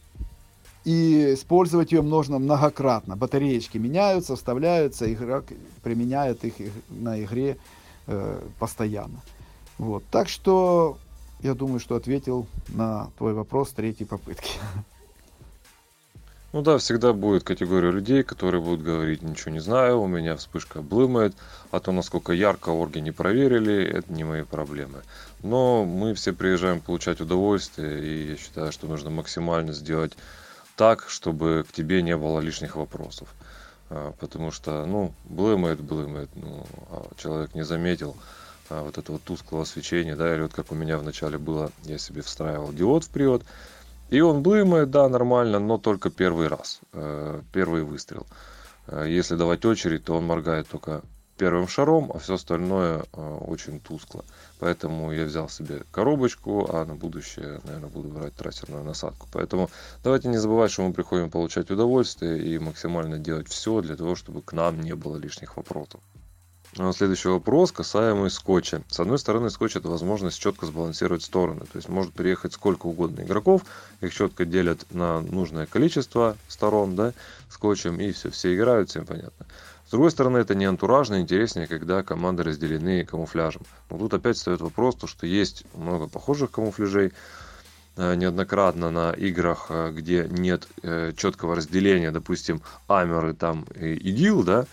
Speaker 6: и использовать ее можно многократно. Батареечки меняются, вставляются, игрок применяет их на игре постоянно. Вот. Так что я думаю, что ответил на твой вопрос с третьей попытки.
Speaker 3: Ну да, всегда будет категория людей, которые будут говорить: ничего не знаю, у меня вспышка блымает, а то, насколько ярко орги не проверили, это не мои проблемы. Но мы все приезжаем получать удовольствие, и я считаю, что нужно максимально сделать так, чтобы к тебе не было лишних вопросов. Потому что, ну, блымает, ну, а человек не заметил вот этого тусклого свечения, да, или вот как у меня вначале было, я себе встраивал диод в привод, и он блымает, да, нормально, но только первый раз, первый выстрел. Если давать очередь, то он моргает только первым шаром, а все остальное очень тускло. Поэтому я взял себе коробочку, а на будущее, наверное, буду брать трассерную насадку. Поэтому давайте не забывать, что мы приходим получать удовольствие и максимально делать все для того, чтобы к нам не было лишних вопросов. Следующий вопрос касаемый скотча. С одной стороны, скотч — это возможность четко сбалансировать стороны. То есть может приехать сколько угодно игроков, их четко делят на нужное количество сторон, да, скотчем, и все играют, всем понятно. С другой стороны, это не антуражно, интереснее, когда команды разделены камуфляжем. Но тут опять встает вопрос, то, что есть много похожих камуфляжей. Неоднократно на играх, где нет четкого разделения, допустим, Амеры там и ИГИЛ, да,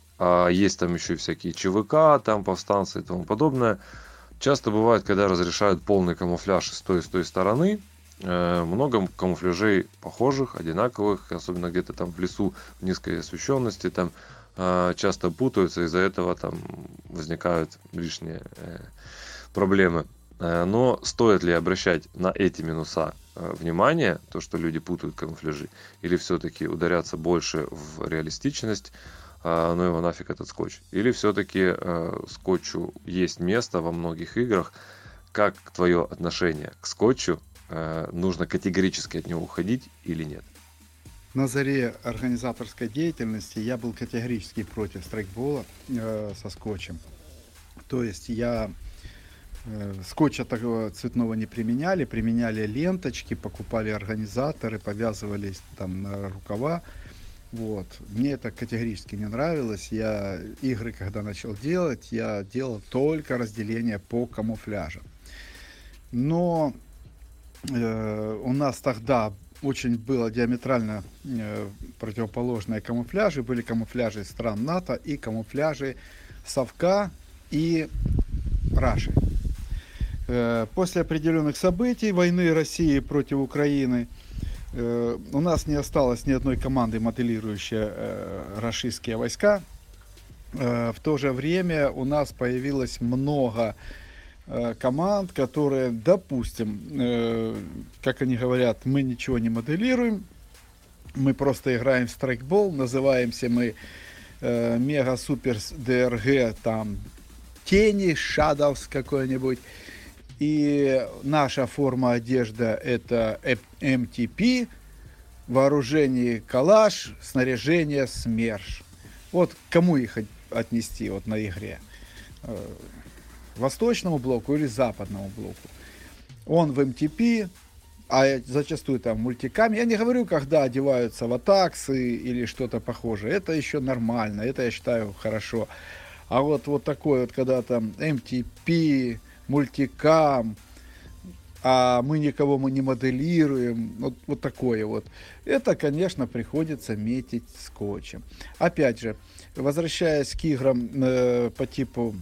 Speaker 3: а есть там еще и всякие ЧВК, там повстанцы и тому подобное. Часто бывает, когда разрешают полный камуфляж с той стороны, много камуфляжей похожих, одинаковых, особенно где-то там в лесу, в низкой освещенности, там часто путаются, из-за этого там возникают лишние проблемы. Но стоит ли обращать на эти минуса внимание, то, что люди путают камуфляжи, или все-таки ударяться больше в реалистичность, ну его нафиг этот скотч, или все-таки скотчу есть место во многих играх? Как твое отношение к скотчу? Нужно категорически от него уходить или нет?
Speaker 6: На заре организаторской деятельности я был категорически против страйкбола со скотчем. То есть скотча такого цветного не применяли, применяли ленточки, покупали организаторы, повязывались там на рукава. Вот. Мне это категорически не нравилось. Я игры, когда начал делать, я делал только разделение по камуфляжам. Но у нас тогда очень было диаметрально противоположные камуфляжи. Были камуфляжи стран НАТО и камуфляжи Совка и Раши. После определенных событий войны России против Украины у нас не осталось ни одной команды, моделирующей рашистские войска. В то же время у нас появилось много команд, которые, допустим, как они говорят, мы ничего не моделируем, мы просто играем в страйкбол, называемся мы Мега Супер ДРГ, там Тени, Shadows какой-нибудь. И наша форма одежды — это МТП, вооружение Калаш, снаряжение СМЕРШ. Вот кому их отнести вот на игре? Восточному блоку или западному блоку? Он в МТП, а зачастую там мультиками. Я не говорю, когда одеваются в атаксы или что-то похожее. Это еще нормально, это я считаю хорошо. А вот такой вот, когда там МТП, мультикам, а мы никого не моделируем, вот такое вот. Это, конечно, приходится метить скотчем. Опять же, возвращаясь к играм по типу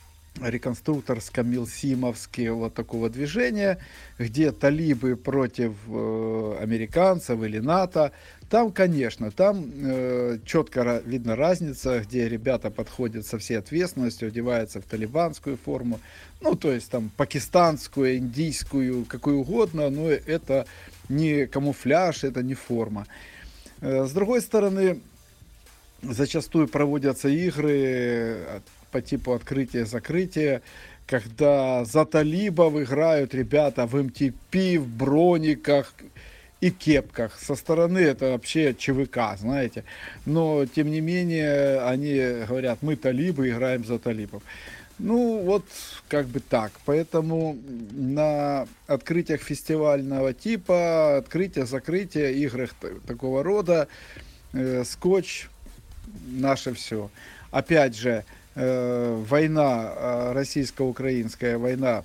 Speaker 6: реконструкторско-милсимовские вот такого движения, где талибы против американцев или НАТО, там, конечно, четко видна разница, где ребята подходят со всей ответственностью, одеваются в талибанскую форму, ну, то есть там пакистанскую, индийскую, какую угодно, но это не камуфляж, это не форма. С другой стороны, зачастую проводятся игры по типу открытия-закрытия, когда за талибов играют ребята в МТП, в брониках и кепках. Со стороны это вообще ЧВК, знаете. Но, тем не менее, они говорят, мы талибы, играем за талибов. Ну, вот как бы так. Поэтому на открытиях фестивального типа, открытия-закрытия, играх такого рода, скотч наше все. Опять же, война, российско-украинская война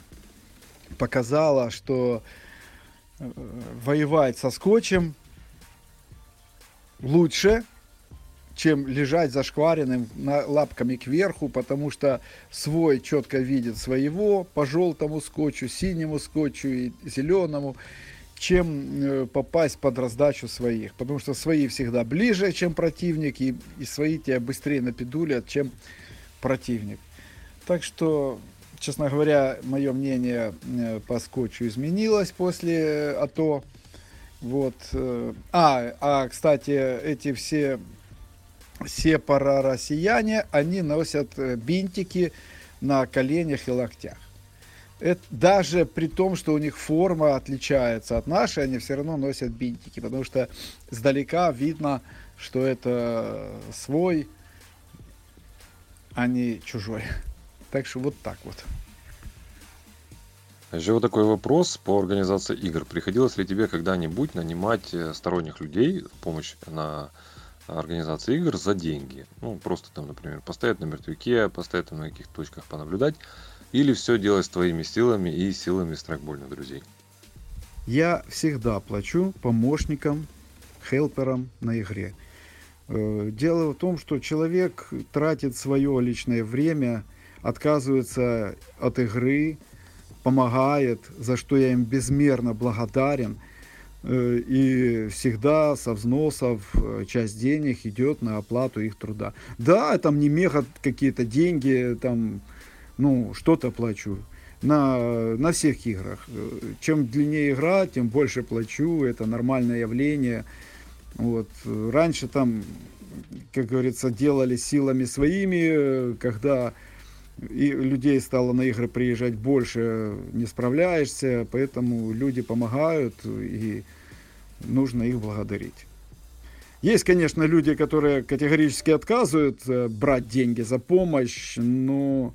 Speaker 6: показала, что воевать со скотчем лучше, чем лежать зашкваренным лапками кверху, потому что свой четко видит своего по желтому скотчу, синему скотчу и зеленому, чем попасть под раздачу своих. Потому что свои всегда ближе, чем противник, и свои тебя быстрее напидулят, чем противник. Так что, честно говоря, мое мнение по скотчу изменилось после АТО. Вот. Кстати, эти все сепаро-россияне, они носят бинтики на коленях и локтях. Это даже при том, что у них форма отличается от нашей, они все равно носят бинтики, потому что сдалека видно, что это свой, а не чужой. Так что вот так вот.
Speaker 3: Еще вот такой вопрос по организации игр. Приходилось ли тебе когда-нибудь нанимать сторонних людей в помощь на организации игр за деньги? Ну, просто там, например, постоять на мертвяке, постоять там на каких-то точках понаблюдать, или все делать твоими силами и силами страйкбольных друзей?
Speaker 6: Я всегда плачу помощникам, хелперам на игре. Дело в том, что человек тратит свое личное время, отказывается от игры, помогает, за что я им безмерно благодарен. И всегда со взносов часть денег идет на оплату их труда. Да, там не мега какие-то деньги, там, что-то плачу. На всех играх. Чем длиннее игра, тем больше плачу. Это нормальное явление. Вот. Раньше там, как говорится, делали силами своими, когда и людей стало на игры приезжать больше, не справляешься, поэтому люди помогают, и нужно их благодарить. Есть, конечно, люди, которые категорически отказывают брать деньги за помощь, но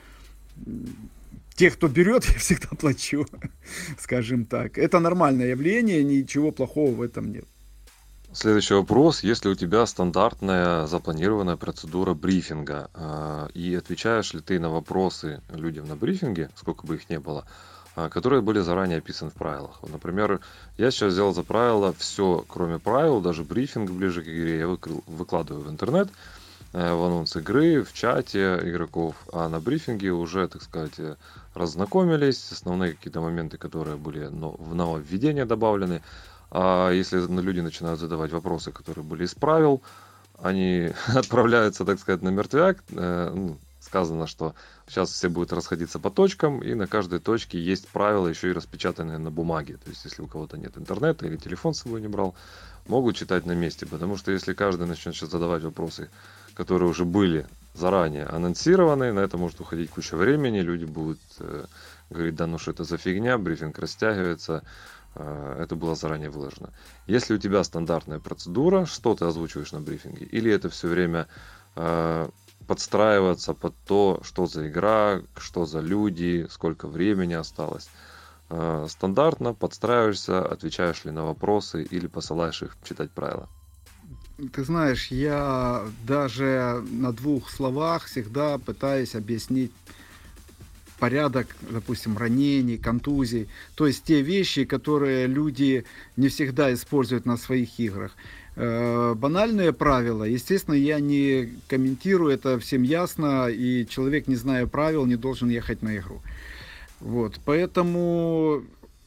Speaker 6: тех, кто берет, я всегда плачу, скажем так. Это нормальное явление, ничего плохого в этом нет.
Speaker 3: Следующий вопрос. Есть ли у тебя стандартная запланированная процедура брифинга? И отвечаешь ли ты на вопросы людям на брифинге, сколько бы их ни было, которые были заранее описаны в правилах? Вот, например, я сейчас взял за правило все, кроме правил, даже брифинг ближе к игре я выкладываю в интернет, в анонс игры, в чате игроков, а на брифинге уже, так сказать, разнакомились, основные какие-то моменты, которые были в нововведения добавлены. А если люди начинают задавать вопросы, которые были из правил, они отправляются, так сказать, на мертвяк. Сказано, что сейчас все будут расходиться по точкам, и на каждой точке есть правила, еще и распечатанные на бумаге. То есть, если у кого-то нет интернета или телефон с собой не брал, могут читать на месте. Потому что если каждый начнет сейчас задавать вопросы, которые уже были заранее анонсированы, на это может уходить куча времени, люди будут говорить, да ну что это за фигня, брифинг растягивается. Это было заранее выложено. Если у тебя стандартная процедура, что ты озвучиваешь на брифинге? Или это все время подстраиваться под то, что за игра, что за люди, сколько времени осталось? Стандартно подстраиваешься, отвечаешь ли на вопросы или посылаешь их читать правила?
Speaker 6: Ты знаешь, я даже на 2 словах всегда пытаюсь объяснить порядок, допустим, ранений, контузий, то есть те вещи, которые люди не всегда используют на своих играх. Банальные правила, естественно, я не комментирую, это всем ясно, и человек, не зная правил, не должен ехать на игру. Вот, поэтому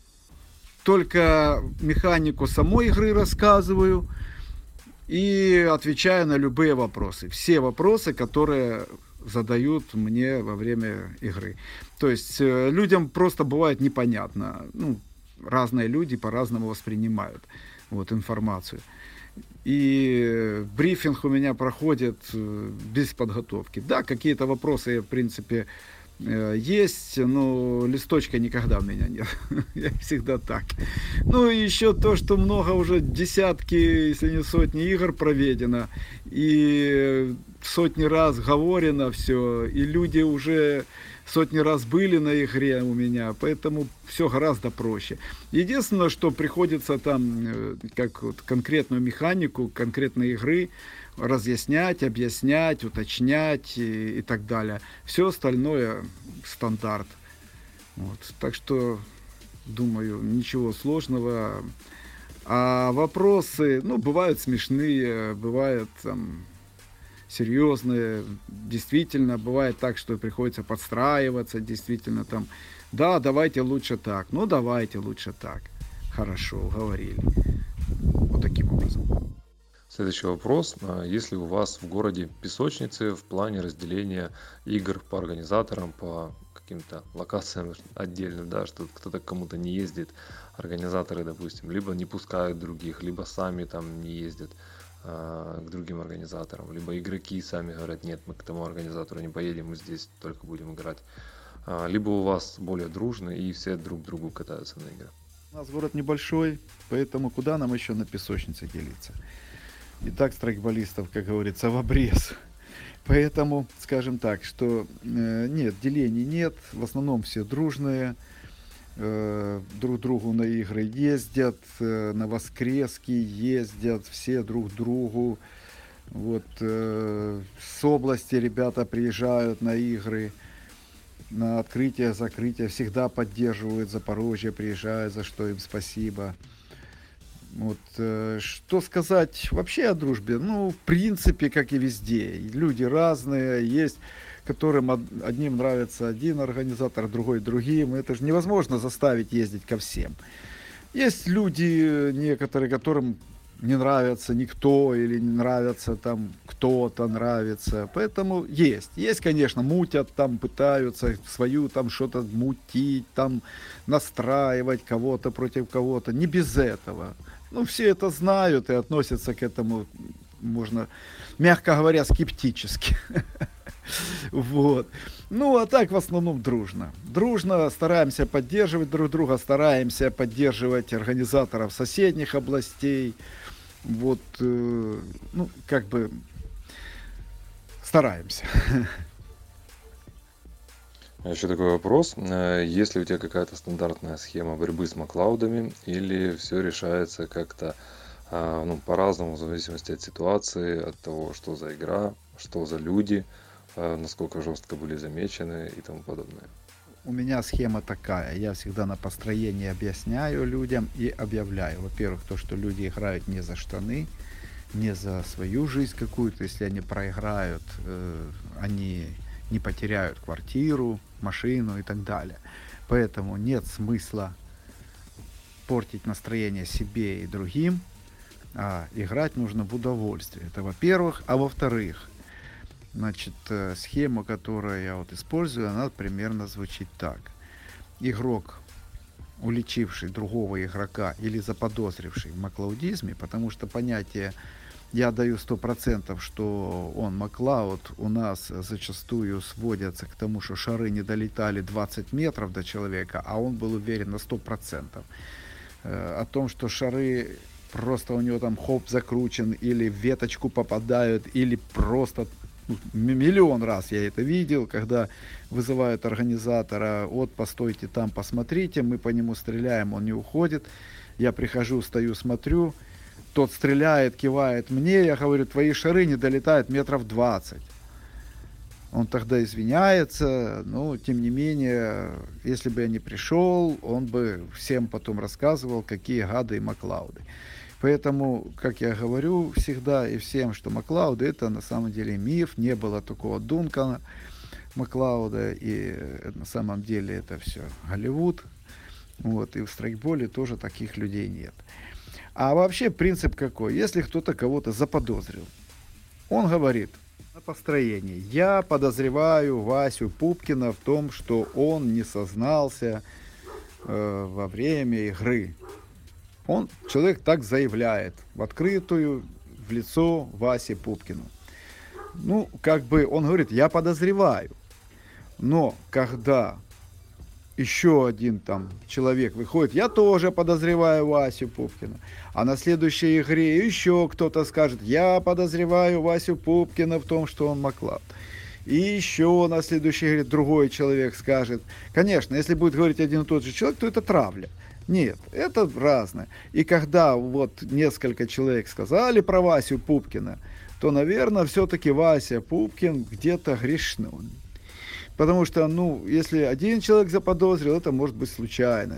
Speaker 6: только механику самой игры рассказываю и отвечаю на любые вопросы. Все вопросы, которые задают мне во время игры. То есть людям просто бывает непонятно. Разные люди по-разному воспринимают информацию. И брифинг у меня проходит без подготовки. Да, какие-то вопросы, в принципе, есть, но листочка никогда у меня нет. Я всегда так. И еще то, что много уже десятки, если не сотни игр проведено, и сотни раз говорено все, и люди уже сотни раз были на игре у меня, поэтому все гораздо проще. Единственное, что приходится там, как конкретную механику конкретной игры разъяснять, объяснять, уточнять и так далее. Все остальное стандарт. Так что, думаю, ничего сложного. А вопросы, ну, бывают смешные, бывают там серьезные. Действительно, бывает так, что приходится подстраиваться, действительно там, да, давайте лучше так, ну, давайте лучше так. Хорошо, уговорили. Вот таким образом.
Speaker 3: Следующий вопрос. Есть ли у вас в городе песочницы в плане разделения игр по организаторам, по каким-то локациям отдельным, да, что кто-то к кому-то не ездит, организаторы, допустим, либо не пускают других, либо сами там не ездят к другим организаторам, либо игроки сами говорят, нет, мы к тому организатору не поедем, мы здесь только будем играть. Либо у вас более дружно и все друг другу катаются на играх.
Speaker 5: У нас город небольшой, поэтому куда нам еще на песочнице делиться? И так страйкболистов, как говорится, в обрез. Поэтому, скажем так, что нет, делений нет, в основном все дружные, друг другу на игры ездят, на воскрески ездят, все друг к другу. Вот, с области ребята приезжают на игры, на открытие, закрытие, всегда поддерживают Запорожье, приезжают, за что им спасибо. Вот, что сказать вообще о дружбе? Ну, в принципе, как и везде. Люди разные, есть, которым одним нравится один организатор, другой другим. Это же невозможно заставить ездить ко всем. Есть люди некоторые, которым не нравится никто или не нравится там кто-то нравится. Поэтому есть, конечно, мутят там, пытаются свою там что-то мутить, там настраивать кого-то против кого-то. Не без этого. Ну, все это знают и относятся к этому, можно, мягко говоря, скептически. Вот. Ну, а так в основном дружно. Дружно стараемся поддерживать друг друга, стараемся поддерживать организаторов соседних областей. Вот, ну, как бы стараемся.
Speaker 3: А еще такой вопрос. Есть ли у тебя какая-то стандартная схема борьбы с маклаудами или все решается как-то по-разному, в зависимости от ситуации, от того, что за игра, что за люди, насколько жестко были замечены и тому подобное?
Speaker 5: У меня схема такая. Я всегда на построении объясняю людям и объявляю. Во-первых, то, что люди играют не за штаны, не за свою жизнь какую-то. Если они проиграют, они не потеряют квартиру, машину и так далее. Поэтому нет смысла портить настроение себе и другим, а играть нужно в удовольствие. Это во-первых. А во-вторых, значит, схема, которую я вот использую, она примерно звучит так. Игрок, уличивший другого игрока или заподозривший в маклаудизме, потому что понятие я даю 100%, что он маклауд, у нас зачастую сводятся к тому, что шары не долетали 20 метров до человека, а он был уверен на 100%. О том, что шары просто у него там хоп закручен, или в веточку попадают, или просто миллион раз я это видел, когда вызывают организатора, вот постойте там, посмотрите, мы по нему стреляем, он не уходит, я прихожу, стою, смотрю, тот стреляет, кивает мне, я говорю, твои шары не долетают метров 20. Он тогда извиняется, но тем не менее, если бы я не пришел, он бы всем потом рассказывал, какие гады и маклауды. Поэтому, как я говорю всегда и всем, что маклауды это на самом деле миф, не было такого Дункана Маклауда, и на самом деле это все Голливуд. Вот, и в страйкболе тоже таких людей нет. А вообще принцип какой? Если кто-то кого-то заподозрил, он говорит на построении: я подозреваю Васю Пупкина в том, что он не сознался во время игры. Человек так заявляет в открытую, в лицо Васе Пупкину. Ну, как бы он говорит, я подозреваю. Но когда еще один там человек выходит, я тоже подозреваю Васю Пупкина. А на следующей игре еще кто-то скажет, я подозреваю Васю Пупкина в том, что он маклауд. И еще на следующей игре другой человек скажет. Конечно, если будет говорить один и тот же человек, то это травля. Нет, это разное. И когда вот несколько человек сказали про Васю Пупкина, то, наверное, все-таки Вася Пупкин где-то грешный. Потому что, если один человек заподозрил, это может быть случайность.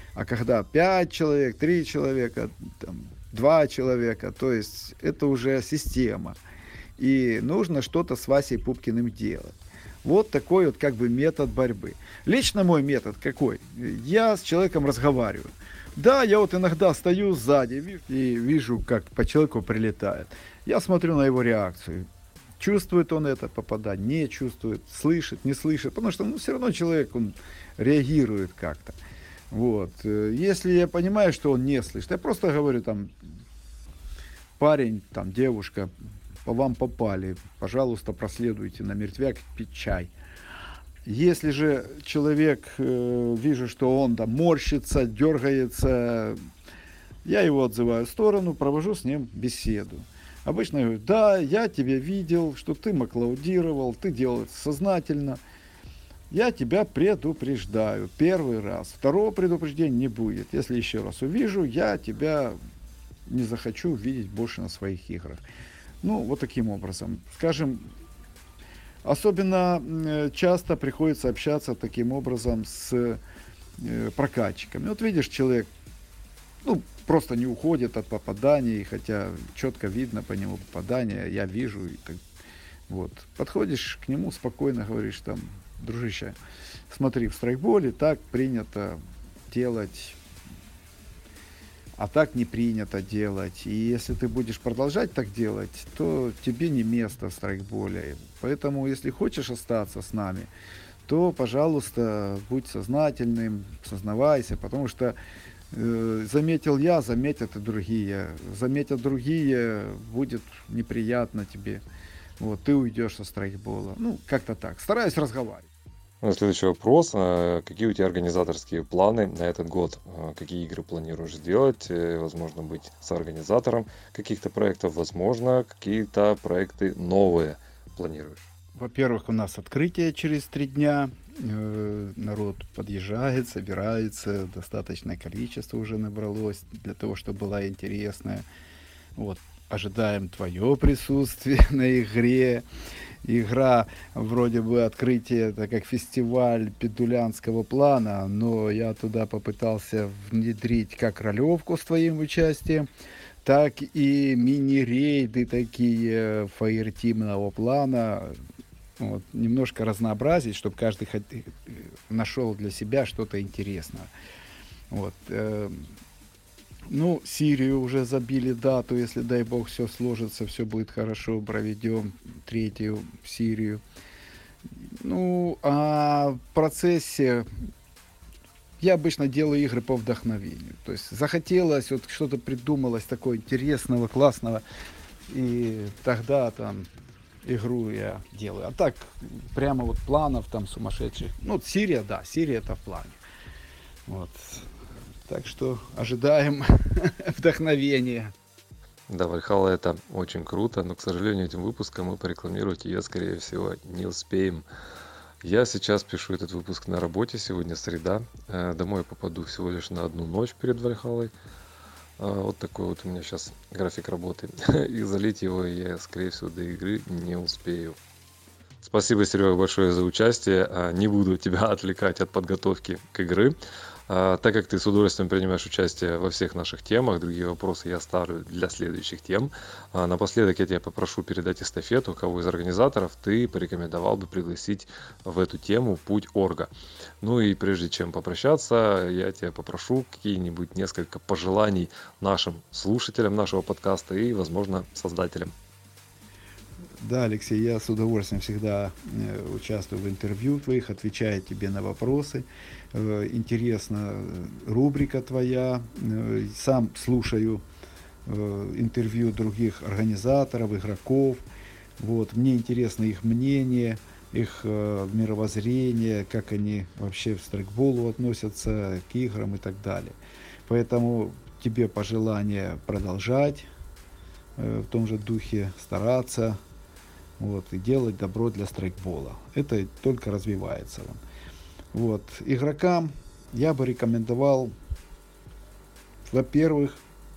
Speaker 6: А когда 5 человек, 3 человека, там, 2 человека, то есть это уже система. И нужно что-то с Васей Пупкиным делать. Вот такой вот как бы метод борьбы. Лично мой метод какой? Я с человеком разговариваю. Да, я вот иногда стою сзади и вижу, как по человеку прилетает. Я смотрю на его реакцию. Чувствует он это попадание, не чувствует, слышит, не слышит. Потому что все равно человек, он реагирует как-то. Вот. Если я понимаю, что он не слышит, я просто говорю там, парень, там, девушка, по вам попали, пожалуйста, проследуйте на мертвяк пить чай. Если же человек, вижу, что он там морщится, дергается, я его отзываю в сторону, провожу с ним беседу. Обычно я говорю, да, я тебя видел, что ты маклаудировал, ты делал это сознательно. Я тебя предупреждаю первый раз. Второго предупреждения не будет. Если еще раз увижу, я тебя не захочу видеть больше на своих играх. Ну, вот таким образом. Скажем, особенно часто приходится общаться таким образом с прокатчиками. Вот видишь, человек просто не уходит от попаданий, хотя четко видно по нему попадание, я вижу. И так, вот. Подходишь к нему, спокойно говоришь там, дружище, смотри, в страйкболе так принято делать, а так не принято делать. И если ты будешь продолжать так делать, то тебе не место в страйкболе. Поэтому, если хочешь остаться с нами, то, пожалуйста, будь сознательным, сознавайся, потому что заметил я, заметят и другие. Заметят другие, будет неприятно тебе. Вот, ты уйдешь со страйкбола. Ну, как-то так. Стараюсь разговаривать.
Speaker 3: Следующий вопрос. Какие у тебя организаторские планы на этот год? Какие игры планируешь сделать? Возможно, быть соорганизатором каких-то проектов? Возможно, какие-то проекты новые планируешь?
Speaker 6: Во-первых, у нас открытие через 3 дня. Народ подъезжает, собирается. Достаточное количество уже набралось для того, чтобы была интересная. Вот. Ожидаем твое присутствие на игре. Игра вроде бы открытие, это как фестиваль педулянского плана, но я туда попытался внедрить как ролевку с твоим участием, так и мини-рейды такие фаертимного плана. Вот, немножко разнообразить, чтобы каждый нашел для себя что-то интересное. Вот. Ну, Сирию уже забили дату, если, дай бог, все сложится, все будет хорошо, проведем 3-ю Сирию. Ну, а в процессе я обычно делаю игры по вдохновению. То есть захотелось, вот что-то придумалось такое интересного, классного, и тогда там игру я делаю. А так, прямо вот планов там сумасшедших. Ну, Сирия, да, Сирия это в плане. Вот. Так что ожидаем вдохновения.
Speaker 3: Да, Вальхалла это очень круто, но, к сожалению, этим выпуском мы порекламировать ее, скорее всего, не успеем. Я сейчас пишу этот выпуск на работе, сегодня среда. Домой попаду всего лишь на 1 ночь перед Вальхаллой. Вот такой вот у меня сейчас график работы. И залить его я, скорее всего, до игры не успею. Спасибо, Серега, большое за участие. Не буду тебя отвлекать от подготовки к игры. Так как ты с удовольствием принимаешь участие во всех наших темах, другие вопросы я оставлю для следующих тем. Напоследок я тебя попрошу передать эстафету, кого из организаторов ты порекомендовал бы пригласить в эту тему «Путь Орга». Ну и прежде чем попрощаться, я тебя попрошу какие-нибудь несколько пожеланий нашим слушателям нашего подкаста и, возможно, создателям.
Speaker 6: Да, Алексей, я с удовольствием всегда участвую в интервью твоих, отвечаю тебе на вопросы. Интересна рубрика твоя. Сам слушаю интервью других организаторов, игроков. Вот. Мне интересно их мнение, их мировоззрение, как они вообще в страйкболу относятся, к играм и так далее. Поэтому тебе пожелание продолжать в том же духе, стараться. Вот, и делать добро для страйкбола. Это только развивается. Вот. Игрокам я бы рекомендовал, во-первых,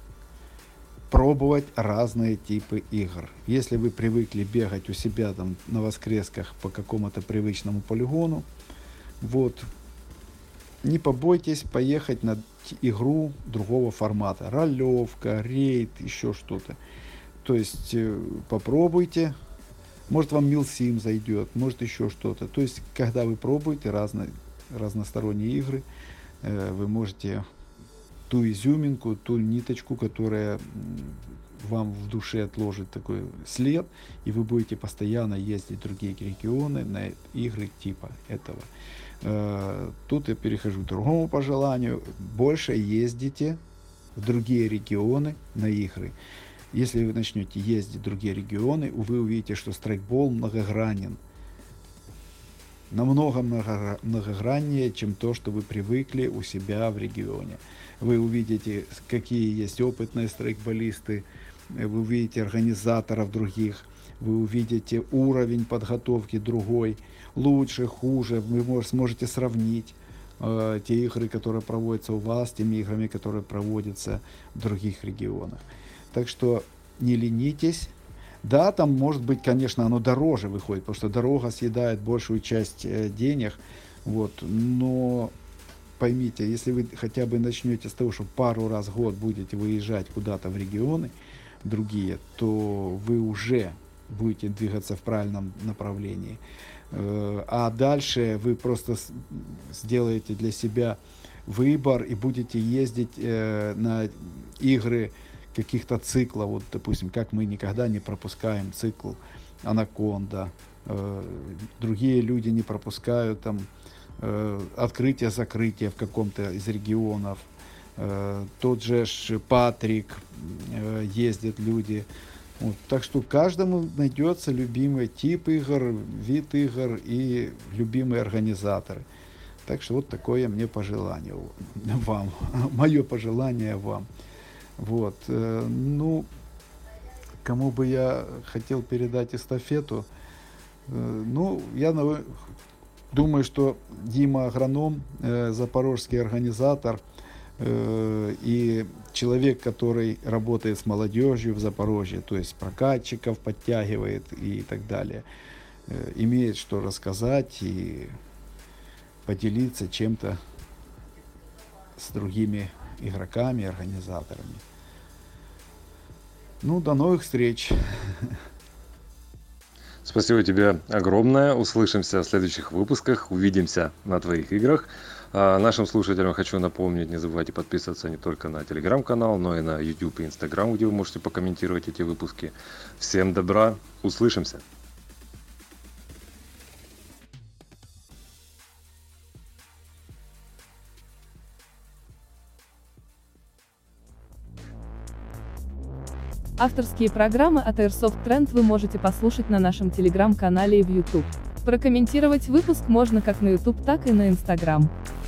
Speaker 6: пробовать разные типы игр. Если вы привыкли бегать у себя там на воскресках по какому-то привычному полигону, вот, не побойтесь поехать на игру другого формата. Ролевка, рейд, еще что-то. То есть попробуйте. Может вам Милсим зайдет, может еще что-то. То есть когда вы пробуете разносторонние игры, вы можете ту изюминку, ту ниточку, которая вам в душе отложит такой след, и вы будете постоянно ездить в другие регионы на игры типа этого. Тут я перехожу к другому пожеланию. Больше ездите в другие регионы на игры. Если вы начнете ездить в другие регионы, вы увидите, что страйкбол многогранен. Намного многограннее, чем то, что вы привыкли у себя в регионе. Вы увидите, какие есть опытные страйкболисты, вы увидите организаторов других, вы увидите уровень подготовки другой, лучше, хуже. Вы сможете сравнить те игры, которые проводятся у вас, с теми играми, которые проводятся в других регионах. Так что не ленитесь. Да, там может быть, конечно, оно дороже выходит, потому что дорога съедает большую часть денег. Вот, но поймите, если вы хотя бы начнете с того, что пару раз в год будете выезжать куда-то в регионы другие, то вы уже будете двигаться в правильном направлении. А дальше вы просто сделаете для себя выбор и будете ездить на игры каких-то циклов. Вот, допустим, как мы никогда не пропускаем цикл «Анаконда», другие люди не пропускают там открытие-закрытие в каком-то из регионов. Тот же Патрик, ездят люди. Вот, так что каждому найдется любимый тип игр, вид игр и любимые организаторы. Так что вот такое мне пожелание вам, мое пожелание вам. Вот, ну, кому бы я хотел передать эстафету, ну, я думаю, что Дима Агроном, запорожский организатор и человек, который работает с молодежью в Запорожье, то есть прокатчиков подтягивает и так далее, имеет что рассказать и поделиться чем-то с другими игроками, организаторами. Ну, до новых встреч.
Speaker 3: Спасибо тебе огромное. Услышимся в следующих выпусках. Увидимся на твоих играх. А нашим слушателям хочу напомнить, не забывайте подписываться не только на телеграм-канал, но и на YouTube и Instagram, где вы можете покомментировать эти выпуски. Всем добра. Услышимся.
Speaker 1: Авторские программы от Airsoft Trend вы можете послушать на нашем телеграм-канале и в YouTube. Прокомментировать выпуск можно как на YouTube, так и на Instagram.